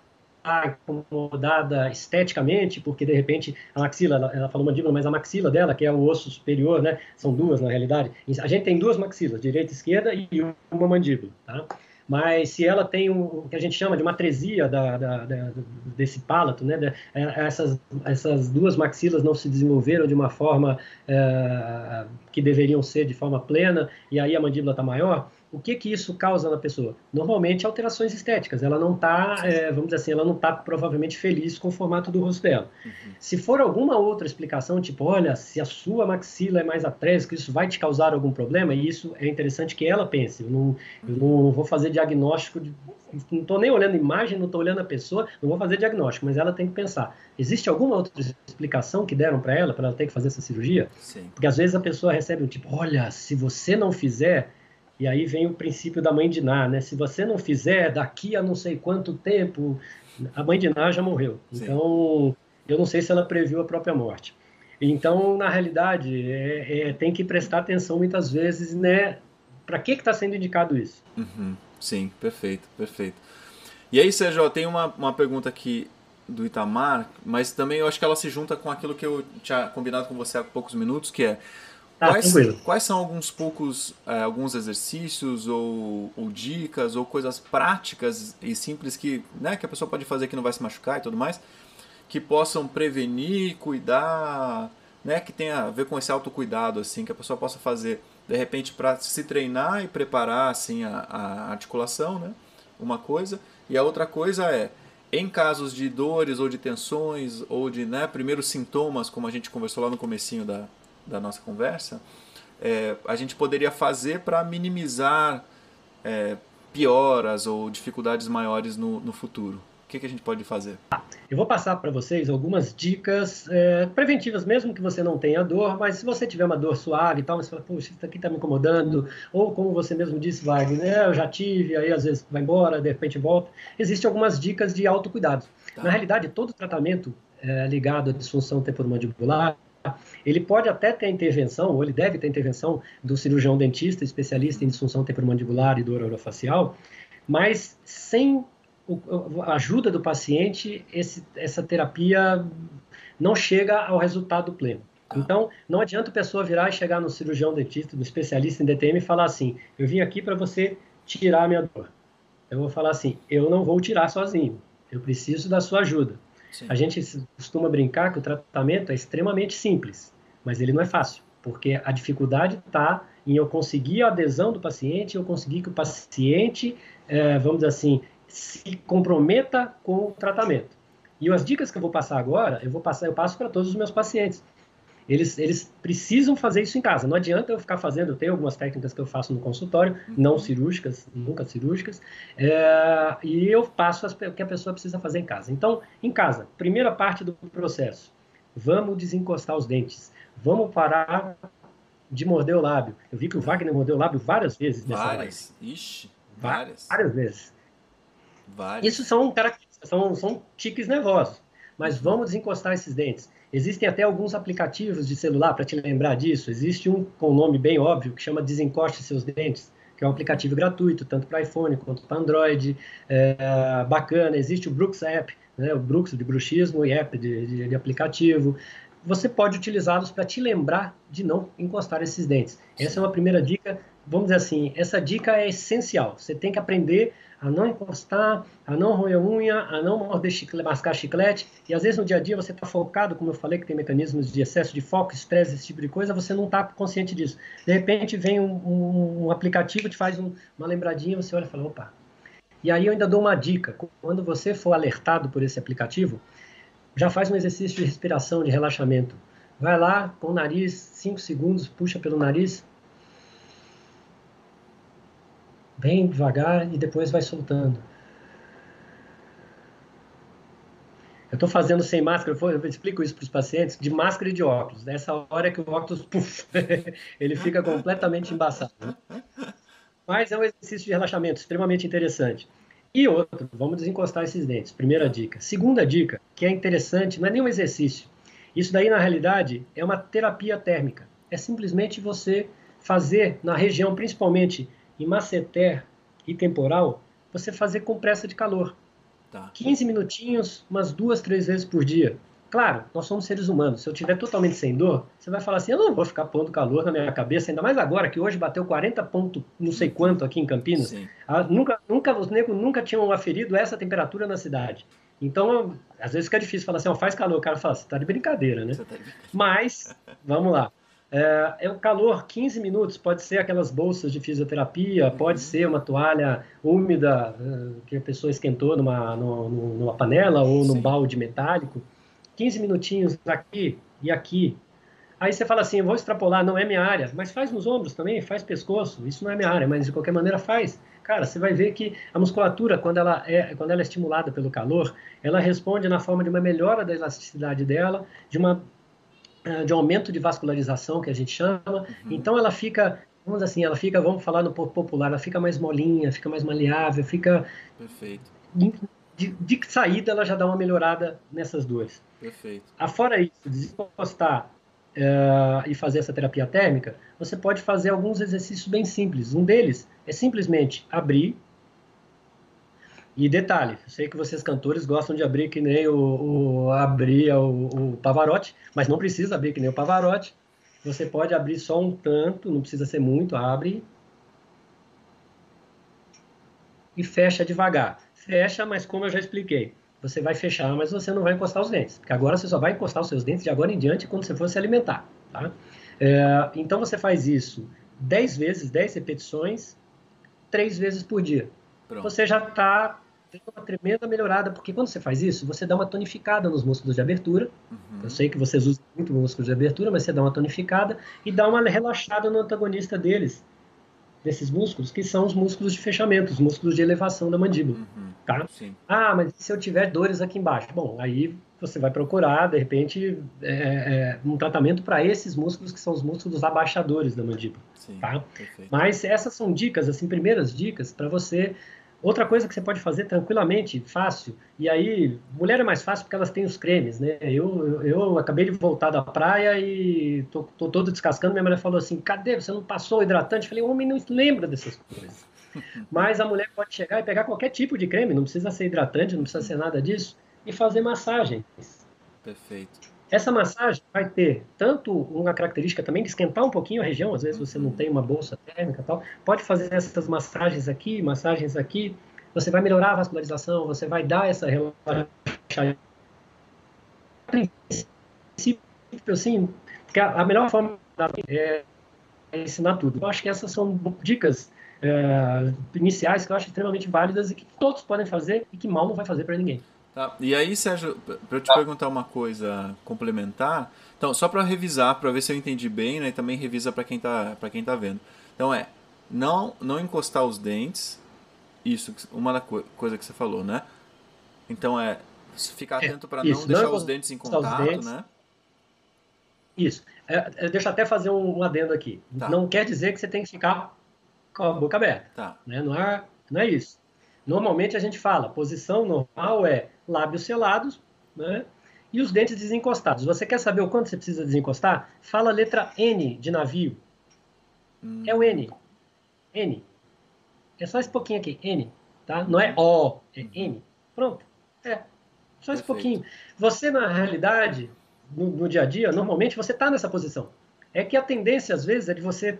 incomodada esteticamente, porque de repente a maxila, ela, ela falou mandíbula, mas a maxila dela, que é o osso superior, né? São duas na realidade. A gente tem duas maxilas, direita e esquerda, e uma mandíbula, tá? Mas se ela tem um, o que a gente chama de uma atresia da, da, da, desse palato, né? Da, essas, essas duas maxilas não se desenvolveram de uma forma é, que deveriam ser de forma plena, e aí a mandíbula está maior. O que que isso causa na pessoa? Normalmente alterações estéticas. Ela não está, é, vamos dizer assim, ela não está provavelmente feliz com o formato do rosto dela. Uhum. Se for alguma outra explicação, tipo, olha, se a sua maxila é mais atrésica, isso vai te causar algum problema, e isso é interessante que ela pense. Eu não, eu não vou fazer diagnóstico, de, não estou nem olhando a imagem, não estou olhando a pessoa, não vou fazer diagnóstico, mas ela tem que pensar. Existe alguma outra explicação que deram para ela, para ela ter que fazer essa cirurgia? Sim. Porque às vezes a pessoa recebe um tipo, olha, se você não fizer... E aí vem o princípio da mãe de Ná, né? Se você não fizer daqui a não sei quanto tempo, a mãe de Ná já morreu. Sim. Então, eu não sei se ela previu a própria morte. Então, na realidade, é, é, tem que prestar atenção muitas vezes, né? Para que está sendo indicado isso? Uhum. Sim, perfeito, perfeito. E aí, Sérgio, tem uma, uma pergunta aqui do Itamar, mas também eu acho que ela se junta com aquilo que eu tinha combinado com você há poucos minutos, que é Ah, Quais, quais são alguns poucos, é, alguns exercícios ou, ou dicas ou coisas práticas e simples que, né, que a pessoa pode fazer que não vai se machucar e tudo mais, que possam prevenir, cuidar, né, que tenha a ver com esse autocuidado, assim, que a pessoa possa fazer, de repente, para se treinar e preparar, assim, a, a articulação, né, uma coisa, e a outra coisa é, em casos de dores ou de tensões ou de, né, primeiros sintomas, como a gente conversou lá no comecinho da da nossa conversa, é, a gente poderia fazer para minimizar é, pioras ou dificuldades maiores no, no futuro? O que, que a gente pode fazer? Eu vou passar para vocês algumas dicas é, preventivas, mesmo que você não tenha dor, mas se você tiver uma dor suave e tal, você fala, puxa, isso aqui está me incomodando, ou como você mesmo disse, Wagner, né, eu já tive, aí às vezes vai embora, de repente volta. Existem algumas dicas de autocuidado. Tá. Na realidade, todo tratamento é, ligado à disfunção temporomandibular, ele pode até ter intervenção, ou ele deve ter intervenção do cirurgião dentista, especialista em disfunção temporomandibular e dor orofacial, mas sem a ajuda do paciente, esse, essa terapia não chega ao resultado pleno. Então, não adianta a pessoa virar e chegar no cirurgião dentista, no especialista em D T M e falar assim, eu vim aqui para você tirar a minha dor. Eu vou falar assim, eu não vou tirar sozinho, eu preciso da sua ajuda. Sim. A gente costuma brincar que o tratamento é extremamente simples, mas ele não é fácil, porque a dificuldade está em eu conseguir a adesão do paciente, eu conseguir que o paciente, é, vamos dizer assim, se comprometa com o tratamento. E as dicas que eu vou passar agora, eu vou passar, eu passo para todos os meus pacientes. Eles, eles precisam fazer isso em casa. Não adianta eu ficar fazendo, eu tenho algumas técnicas que eu faço no consultório, uhum. não cirúrgicas, nunca cirúrgicas, é, e eu passo as, o que a pessoa precisa fazer em casa. Então, em casa, primeira parte do processo, vamos desencostar os dentes, vamos parar de morder o lábio. Eu vi que o Wagner mordeu o lábio várias vezes nessa live. Várias, ixi, várias. Várias vezes. Várias. Isso são características, são, são tiques nervosos, mas uhum. vamos desencostar esses dentes. Existem até alguns aplicativos de celular para te lembrar disso. Existe um com um nome bem óbvio que chama Desencoste Seus Dentes, que é um aplicativo gratuito, tanto para iPhone quanto para Android. É, bacana. Existe o Brooks App, né, o Brooks de bruxismo e app de, de, de aplicativo. Você pode utilizá-los para te lembrar de não encostar esses dentes. Essa é uma primeira dica. Vamos dizer assim, essa dica é essencial. Você tem que aprender a não encostar, a não roer unha, a não morder chiclete, mascar chiclete, e às vezes no dia a dia você está focado, como eu falei, que tem mecanismos de excesso de foco, estresse, esse tipo de coisa, você não está consciente disso. De repente vem um, um, um aplicativo, te faz um, uma lembradinha, você olha e fala, opa. E aí eu ainda dou uma dica, quando você for alertado por esse aplicativo, já faz um exercício de respiração, de relaxamento. Vai lá, com o nariz, cinco segundos, puxa pelo nariz, bem devagar e depois vai soltando. Eu estou fazendo sem máscara, eu explico isso para os pacientes, de máscara e de óculos. Nessa hora que o óculos, puff, ele fica completamente embaçado. Mas é um exercício de relaxamento extremamente interessante. E outro, vamos desencostar esses dentes. Primeira dica. Segunda dica, que é interessante, não é nem um exercício. Isso daí, na realidade, é uma terapia térmica. É simplesmente você fazer na região, principalmente em masseter e temporal, você fazer compressa de calor. Tá. quinze minutinhos, umas duas, três vezes por dia. Claro, nós somos seres humanos. Se eu estiver totalmente sem dor, você vai falar assim, eu não vou ficar pondo calor na minha cabeça, ainda mais agora, que hoje bateu quarenta ponto não sei quanto aqui em Campinas. Ah, nunca, nunca, os negros nunca tinham aferido essa temperatura na cidade. Então, às vezes fica difícil falar assim, oh, faz calor. O cara fala, você está de brincadeira, né? Tá de brincadeira. Mas, vamos lá. É, é o calor, quinze minutos, pode ser aquelas bolsas de fisioterapia, uhum. pode ser uma toalha úmida uh, que a pessoa esquentou numa, numa, numa panela ou Sim. num balde metálico. quinze minutinhos aqui e aqui. Aí você fala assim, eu vou extrapolar, não é minha área, mas faz nos ombros também, faz pescoço, isso não é minha área, mas de qualquer maneira faz. Cara, você vai ver que a musculatura, quando ela é, quando ela é estimulada pelo calor, ela responde na forma de uma melhora da elasticidade dela, de uma de um aumento de vascularização, que a gente chama. Uhum. Então ela fica, vamos assim, ela fica, vamos falar no popular, ela fica mais molinha, fica mais maleável, fica... Perfeito. De, de saída ela já dá uma melhorada nessas dores. Perfeito. Afora isso, desencostar uh, e fazer essa terapia térmica, você pode fazer alguns exercícios bem simples. Um deles é simplesmente abrir. E detalhe, eu sei que vocês cantores gostam de abrir que nem o, o abrir o, o Pavarotti, mas não precisa abrir que nem o Pavarotti. Você pode abrir só um tanto, não precisa ser muito, abre e fecha devagar. Fecha, mas como eu já expliquei, você vai fechar, mas você não vai encostar os dentes, porque agora você só vai encostar os seus dentes de agora em diante quando você for se alimentar. Tá? É, então você faz isso dez vezes, dez repetições, três vezes por dia. Pronto. Você já está tendo uma tremenda melhorada, porque quando você faz isso, você dá uma tonificada nos músculos de abertura. Uhum. Eu sei que vocês usam muito músculos de abertura, mas você dá uma tonificada e dá uma relaxada no antagonista deles, desses músculos, que são os músculos de fechamento, os músculos de elevação da mandíbula. Uhum. Tá? Sim. Ah, mas se eu tiver dores aqui embaixo? Bom, aí você vai procurar, de repente, é, é, um tratamento para esses músculos que são os músculos abaixadores da mandíbula. Sim, tá? Mas essas são dicas, assim, primeiras dicas para você... Outra coisa que você pode fazer tranquilamente, fácil, e aí, mulher é mais fácil porque elas têm os cremes, né? Eu, eu, eu acabei de voltar da praia e tô, tô todo descascando, minha mulher falou assim, cadê? Você não passou o hidratante? Eu falei, o homem não lembra dessas coisas. Mas a mulher pode chegar e pegar qualquer tipo de creme, não precisa ser hidratante, não precisa ser nada disso, e fazer massagens. Perfeito. Essa massagem vai ter tanto uma característica também de esquentar um pouquinho a região, às vezes você não tem uma bolsa térmica e tal, pode fazer essas massagens aqui, massagens aqui, você vai melhorar a vascularização, você vai dar essa relaxamento. Assim, porque a melhor forma é ensinar tudo. Eu acho que essas são dicas é, iniciais que eu acho extremamente válidas e que todos podem fazer e que mal não vai fazer para ninguém. Tá. E aí, Sérgio, para eu te perguntar uma coisa complementar, então, só para revisar, para ver se eu entendi bem, né, e também revisa para quem tá, para quem tá vendo. Então é, não, não encostar os dentes, isso, uma da co coisa que você falou, né? Então é ficar É, atento para não isso, não deixar os dentes em encostar os contato, dentes. né? Isso. É, é, deixa eu até fazer um, um adendo aqui. Tá, Não quer dizer que você tem que ficar com a boca aberta, tá. né? Não é, não é isso. Normalmente a gente fala, posição normal é lábios selados, né? E os dentes desencostados. Você quer saber o quanto você precisa desencostar? Fala a letra N de navio. É o N. N. É só esse pouquinho aqui, N. Tá? Não é O, é N. Pronto. É. Só esse Perfeito. pouquinho. Você, na realidade, no, no dia a dia, normalmente você está nessa posição. É que a tendência, às vezes, é de você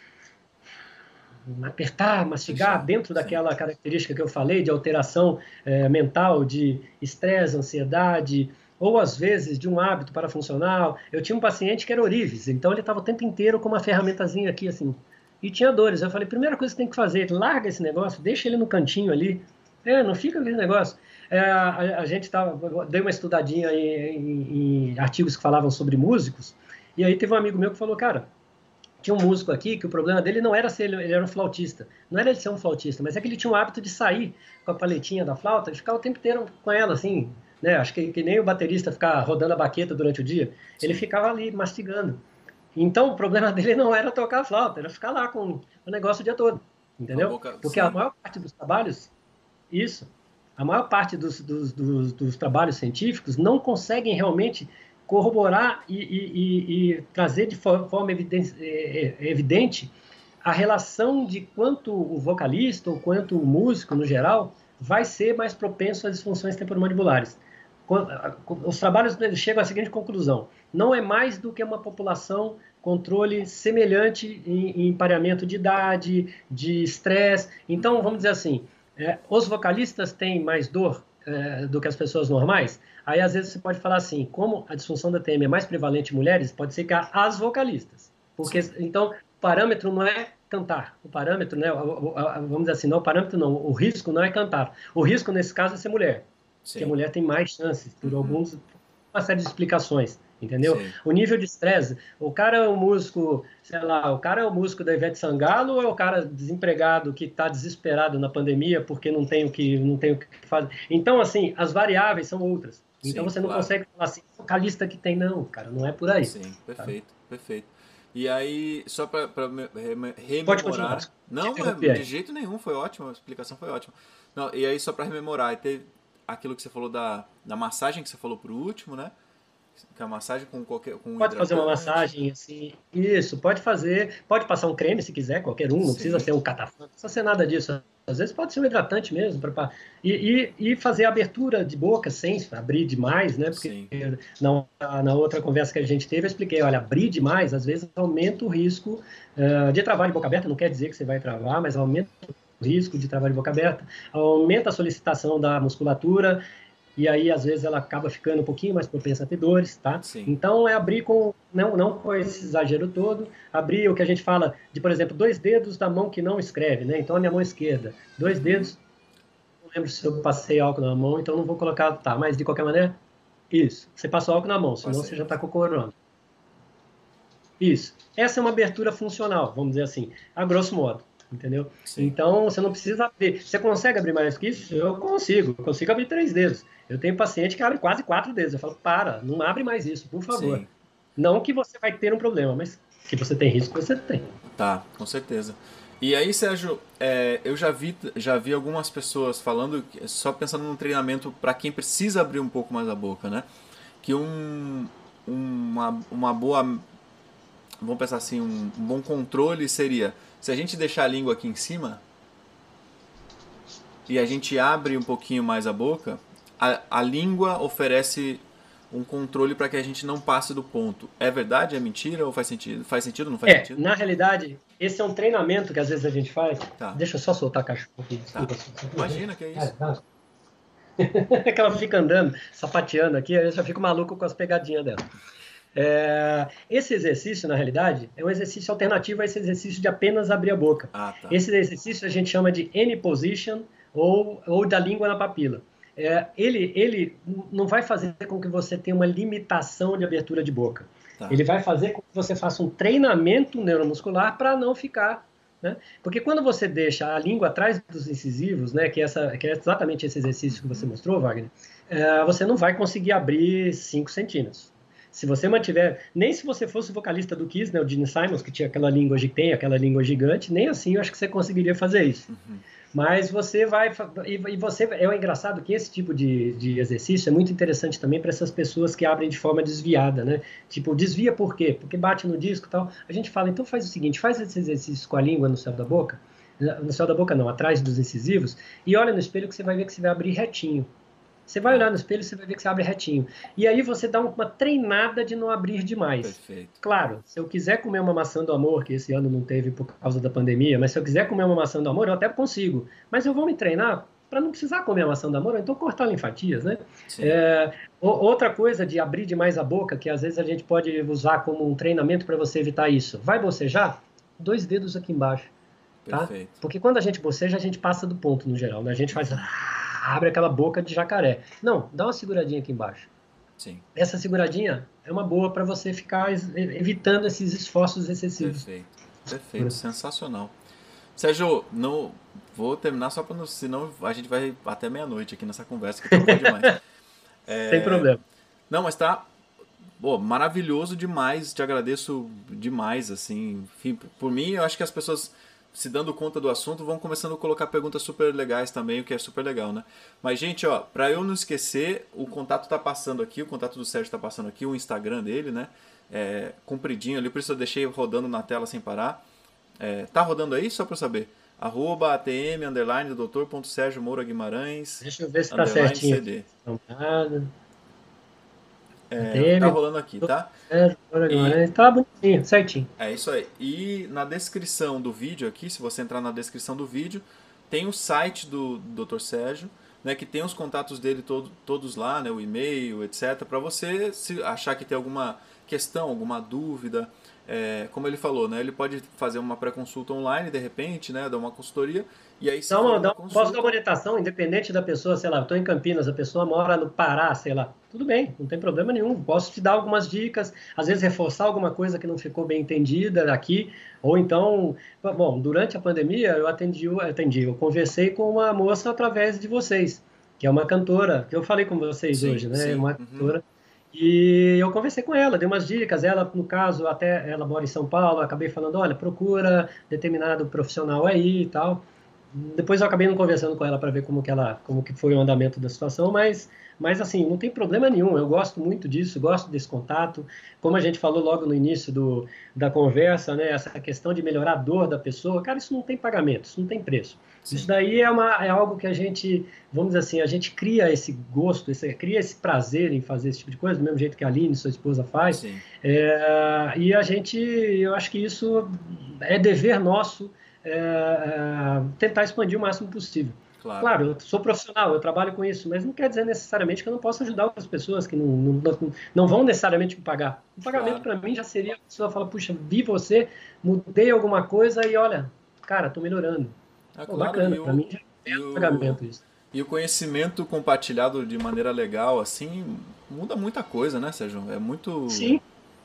apertar, mastigar Fechar, dentro sim. daquela característica que eu falei de alteração é, mental, de estresse, ansiedade, ou às vezes de um hábito parafuncional. Eu tinha um paciente que era Orives, então ele estava o tempo inteiro com uma ferramentazinha aqui assim, e tinha dores. Eu falei, primeira coisa que você tem que fazer, larga esse negócio, deixa ele no cantinho ali, é, não fica com esse negócio. É, a, a gente tava, dei uma estudadinha em, em, em artigos que falavam sobre músicos, e aí teve um amigo meu que falou, cara, tinha um músico aqui que o problema dele não era ser ele, ele era um flautista. Não era ele ser um flautista, mas é que ele tinha o hábito de sair com a paletinha da flauta e ficar o tempo inteiro com ela, assim, né? Acho que, que nem o baterista ficar rodando a baqueta durante o dia. Ele Sim. ficava ali mastigando. Então o problema dele não era tocar a flauta, era ficar lá com o negócio o dia todo, Com a entendeu? boca, Porque a sim. maior parte dos trabalhos, isso, a maior parte dos, dos, dos, dos trabalhos científicos não conseguem realmente corroborar e, e, e, e trazer de forma evidente, evidente a relação de quanto o vocalista ou quanto o músico, no geral, vai ser mais propenso às disfunções temporomandibulares. Os trabalhos chegam à seguinte conclusão: não é mais do que uma população controle semelhante em, em pareamento de idade, de estresse. Então, vamos dizer assim, é, os vocalistas têm mais dor é, do que as pessoas normais? Aí, às vezes, você pode falar assim, como a disfunção da T M é mais prevalente em mulheres, pode ser que as vocalistas. Porque, Sim. então, o parâmetro não é cantar. O parâmetro, né, vamos dizer assim, não, o parâmetro não, o risco não é cantar. O risco, nesse caso, é ser mulher. Porque a Sim. mulher tem mais chances, por Uhum. alguns, uma série de explicações, entendeu? Sim. O nível de estresse, o cara é o músico, sei lá, o cara é o músico da Ivete Sangalo ou é o cara desempregado que está desesperado na pandemia porque não tem o que não tem o que fazer? Então, assim, as variáveis são outras. Então Sim, você não claro. consegue falar assim, vocalista que tem, não, cara, não é por aí. Sim, Sabe? perfeito, perfeito. E aí, só para Pode continuar, rememorar. desculpa, te Não, é, interrompi de aí. jeito nenhum, foi ótimo, a explicação foi ótima. Não, e aí, só para rememorar, teve aquilo que você falou da, da massagem que você falou pro último, né? Que é a massagem com qualquer com um Pode fazer uma hidratante. massagem, assim, isso, pode fazer, pode passar um creme se quiser, qualquer um, não precisa Sim, ser um catafã, não precisa ser nada disso. Às vezes pode ser um hidratante mesmo, pra, e, e, e fazer a abertura de boca sem abrir demais, né? Porque sim, na, na outra conversa que a gente teve, eu expliquei, olha, abrir demais, às vezes aumenta o risco uh, de travar de boca aberta, não quer dizer que você vai travar, mas aumenta o risco de travar de boca aberta, aumenta a solicitação da musculatura, e aí às vezes ela acaba ficando um pouquinho mais propensa a ter dores, tá? sim. Então é abrir com, não, não com esse exagero todo, abrir o que a gente fala de, por exemplo, dois dedos da mão que não escreve, né? Então a minha mão esquerda, dois dedos, não lembro se eu passei álcool na mão, então não vou colocar, tá? Mas de qualquer maneira, isso, você passa o álcool na mão, senão você Passei. já está com o corona. Isso. Essa é uma abertura funcional, vamos dizer assim, a grosso modo. Entendeu? Sim, Então, você não precisa abrir. Você consegue abrir mais que isso? Eu consigo. Eu consigo abrir três dedos. Eu tenho paciente que abre quase quatro dedos. Eu falo, para, não abre mais isso, por favor. sim. Não que você vai ter um problema, mas que você tem risco, você tem. Tá, com certeza. E aí, Sérgio, é, eu já vi, já vi algumas pessoas falando, só pensando num treinamento para quem precisa abrir um pouco mais a boca, né? Que um, uma, uma boa, vamos pensar assim, um, um bom controle seria, se a gente deixar a língua aqui em cima e a gente abre um pouquinho mais a boca, a, a língua oferece um controle para que a gente não passe do ponto. É verdade? É mentira? Ou faz sentido? Faz sentido ou não faz É, sentido? na realidade, esse é um treinamento que às vezes a gente faz. Tá, Deixa eu só soltar a cachorro aqui, tá. desculpa. Imagina que é isso. É que ela fica andando, sapateando aqui, aí eu já fico maluco com as pegadinhas dela. É, esse exercício, na realidade, é um exercício alternativo a esse exercício de apenas abrir a boca. Ah, tá. Esse exercício a gente chama de N-position ou, ou da língua na papila. é, ele, ele não vai fazer com que você tenha uma limitação de abertura de boca. Tá. Ele vai fazer com que você faça um treinamento neuromuscular para não ficar... Né? Porque quando você deixa a língua atrás dos incisivos, né, que, essa, que é exatamente esse exercício que você mostrou, Wagner, é, você não vai conseguir abrir cinco centímetros. Se você mantiver, nem se você fosse vocalista do Kiss, né, o Gene Simons, que tinha aquela língua, tem aquela língua gigante, nem assim eu acho que você conseguiria fazer isso. Uhum. Mas você vai, e você, é engraçado que esse tipo de, de exercício é muito interessante também para essas pessoas que abrem de forma desviada, né? Tipo, desvia por quê? Porque bate no disco e tal. A gente fala, então faz o seguinte, faz esse exercício com a língua no céu da boca, no céu da boca não, atrás dos incisivos, e olha no espelho que você vai ver que você vai abrir retinho. Você vai olhar no espelho e você vai ver que você abre retinho. E aí você dá uma treinada de não abrir demais. Perfeito. Claro, se eu quiser comer uma maçã do amor, que esse ano não teve por causa da pandemia, mas se eu quiser comer uma maçã do amor, eu até consigo. Mas eu vou me treinar para não precisar comer a maçã do amor, ou então cortar linfatias, né? É, outra coisa de abrir demais a boca, que às vezes a gente pode usar como um treinamento para você evitar isso. Vai bocejar? Dois dedos aqui embaixo. Tá? Perfeito. Porque quando a gente boceja, a gente passa do ponto no geral, né? A gente faz... abre aquela boca de jacaré. Não, dá uma seguradinha aqui embaixo. Sim. Essa seguradinha é uma boa para você ficar evitando esses esforços excessivos. Perfeito, perfeito, sensacional. Sérgio, não vou terminar só para não, senão a gente vai até meia-noite aqui nessa conversa que tá bom demais. É, sem problema. Não, mas tá pô, maravilhoso demais. Te agradeço demais, assim. Enfim, por mim, eu acho que as pessoas se dando conta do assunto, vão começando a colocar perguntas super legais também, o que é super legal, né? Mas, gente, ó, pra eu não esquecer, o contato tá passando aqui, o contato do Sérgio tá passando aqui, o Instagram dele, né? É, compridinho ali, por isso eu deixei rodando na tela sem parar. É, tá rodando aí, só pra eu saber? Arroba atm, underline, doutor ponto Sérgio Moura Guimarães. Deixa eu ver se tá certinho. C D. Não, nada. É, tá rolando aqui, tá? E, tá bonitinho, certinho. É isso aí. E na descrição do vídeo aqui, se você entrar na descrição do vídeo, tem o site do doutor Sérgio, né, que tem os contatos dele todo, todos lá, né, o e-mail, etcétera, para você se achar que tem alguma questão, alguma dúvida. É, como ele falou, né, ele pode fazer uma pré-consulta online, de repente, né, dar uma consultoria, e aí se não, não, consulta... Posso dar uma orientação, independente da pessoa, sei lá, eu estou em Campinas, a pessoa mora no Pará, sei lá, tudo bem, não tem problema nenhum, posso te dar algumas dicas, às vezes reforçar alguma coisa que não ficou bem entendida aqui, ou então, bom, durante a pandemia eu atendi, eu atendi, eu conversei com uma moça através de vocês, que é uma cantora, que eu falei com vocês sim, hoje, né, sim, uma uhum. cantora, e eu conversei com ela, dei umas dicas, ela, no caso, até ela mora em São Paulo, acabei falando, olha, procura determinado profissional aí e tal. Depois eu acabei não conversando com ela para ver como que ela, como que foi o andamento da situação, mas, mas assim, não tem problema nenhum, eu gosto muito disso, gosto desse contato, como a gente falou logo no início do, da conversa, né, essa questão de melhorar a dor da pessoa, cara, isso não tem pagamento, isso não tem preço. Sim. Isso daí é, uma, é algo que a gente, vamos dizer assim, a gente cria esse gosto, esse, cria esse prazer em fazer esse tipo de coisa, do mesmo jeito que a Aline, sua esposa, faz, é, e a gente, eu acho que isso é dever nosso, É, é, tentar expandir o máximo possível. Claro. Claro, eu sou profissional, eu trabalho com isso, mas não quer dizer necessariamente que eu não possa ajudar outras pessoas que não, não, não, não vão necessariamente me pagar. O pagamento claro. Para mim já seria a pessoa falar, puxa, vi você, mudei alguma coisa e olha, cara, tô melhorando. É, Pô, claro, bacana, o, para mim já é um pagamento isso. E o conhecimento compartilhado de maneira legal, assim, muda muita coisa, né, Sérgio? É muito... Sim.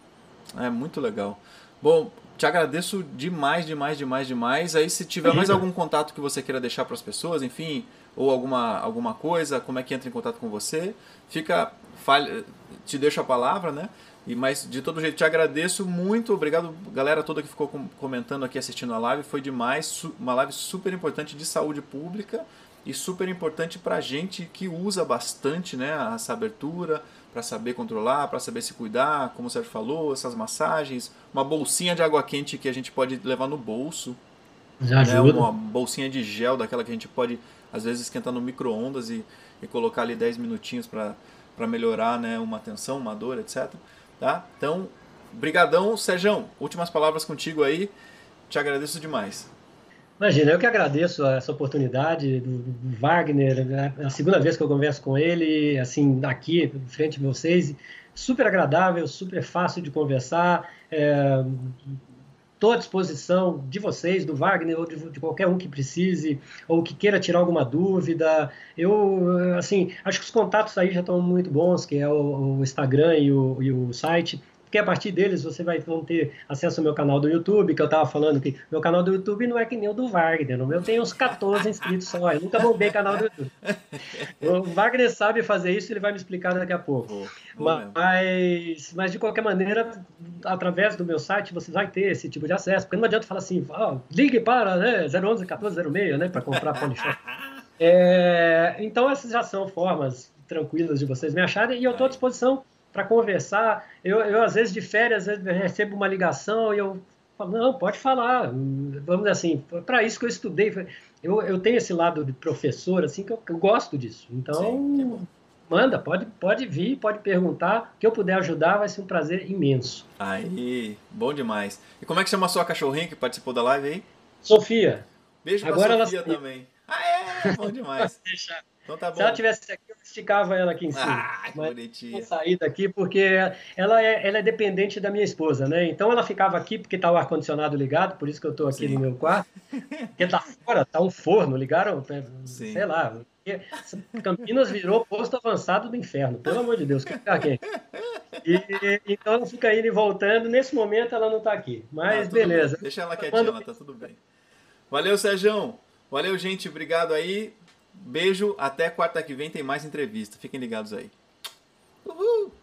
É muito legal. Bom, te agradeço demais, demais, demais, demais. Aí se tiver mais algum contato que você queira deixar para as pessoas, enfim, ou alguma, alguma coisa, como é que entra em contato com você, fica, fale, te deixo a palavra, né? E, mas de todo jeito te agradeço muito, obrigado galera toda que ficou comentando aqui, assistindo a live, foi demais, uma live super importante de saúde pública e super importante para a gente que usa bastante, né, essa abertura, para saber controlar, para saber se cuidar, como o Sérgio falou, essas massagens, uma bolsinha de água quente que a gente pode levar no bolso, já né, ajuda. uma bolsinha de gel daquela que a gente pode às vezes esquentar no micro-ondas e, e colocar ali dez minutinhos para melhorar, né, uma tensão, uma dor, etcétera. Tá? Então, brigadão, Sérgio, últimas palavras contigo aí, te agradeço demais. Imagina, eu que agradeço essa oportunidade do, do Wagner, né? É a segunda vez que eu converso com ele, assim, aqui, frente a vocês, super agradável, super fácil de conversar, é, estou à disposição de vocês, do Wagner, ou de, de qualquer um que precise, ou que queira tirar alguma dúvida. Eu, assim, acho que os contatos aí já estão muito bons, que é o, o Instagram e o, e o site, porque a partir deles você vai vão ter acesso ao meu canal do YouTube, que eu estava falando que meu canal do YouTube não é que nem o do Wagner, o meu tem uns quatorze inscritos só, eu nunca bombei canal do YouTube. O Wagner sabe fazer isso, ele vai me explicar daqui a pouco. Vou, vou mas, mas, de qualquer maneira, através do meu site, você vai ter esse tipo de acesso, porque não adianta falar assim, oh, ligue para né, zero onze, quatorze zero seis, né, para comprar Polishop. É, então, essas já são formas tranquilas de vocês me acharem, e eu estou à disposição para conversar. Eu, eu, às vezes, de férias, às vezes, recebo uma ligação e eu falo, não, pode falar. Vamos dizer assim, para isso que eu estudei. Eu, eu tenho esse lado de professor, assim, que eu, eu gosto disso. Então, sim, manda, pode, pode vir, pode perguntar. O que eu puder ajudar vai ser um prazer imenso. Aí, bom demais. E como é que chama a sua cachorrinha que participou da live aí? Sofia. Beijo pra Agora Sofia ela... também. Ah, é, bom demais. Então tá bom. Se ela tivesse aqui, eu esticava ela aqui em cima. Ah, que bonitinha. Vou sair daqui porque ela é, ela é dependente da minha esposa, né? Então ela ficava aqui porque tá o ar-condicionado ligado, por isso que eu tô aqui Sim. no meu quarto. Porque tá fora, tá um forno, ligaram, Sim. sei lá. Campinas virou posto avançado do inferno, pelo amor de Deus, que ficar quente. E, então ela fica indo e voltando. Nesse momento ela não tá aqui, mas ah, beleza. Bem. Deixa ela quietinha, ela tá tudo bem. Valeu, Sérgio. Valeu, gente. Obrigado aí. Beijo. Até quarta que vem tem mais entrevista. Fiquem ligados aí.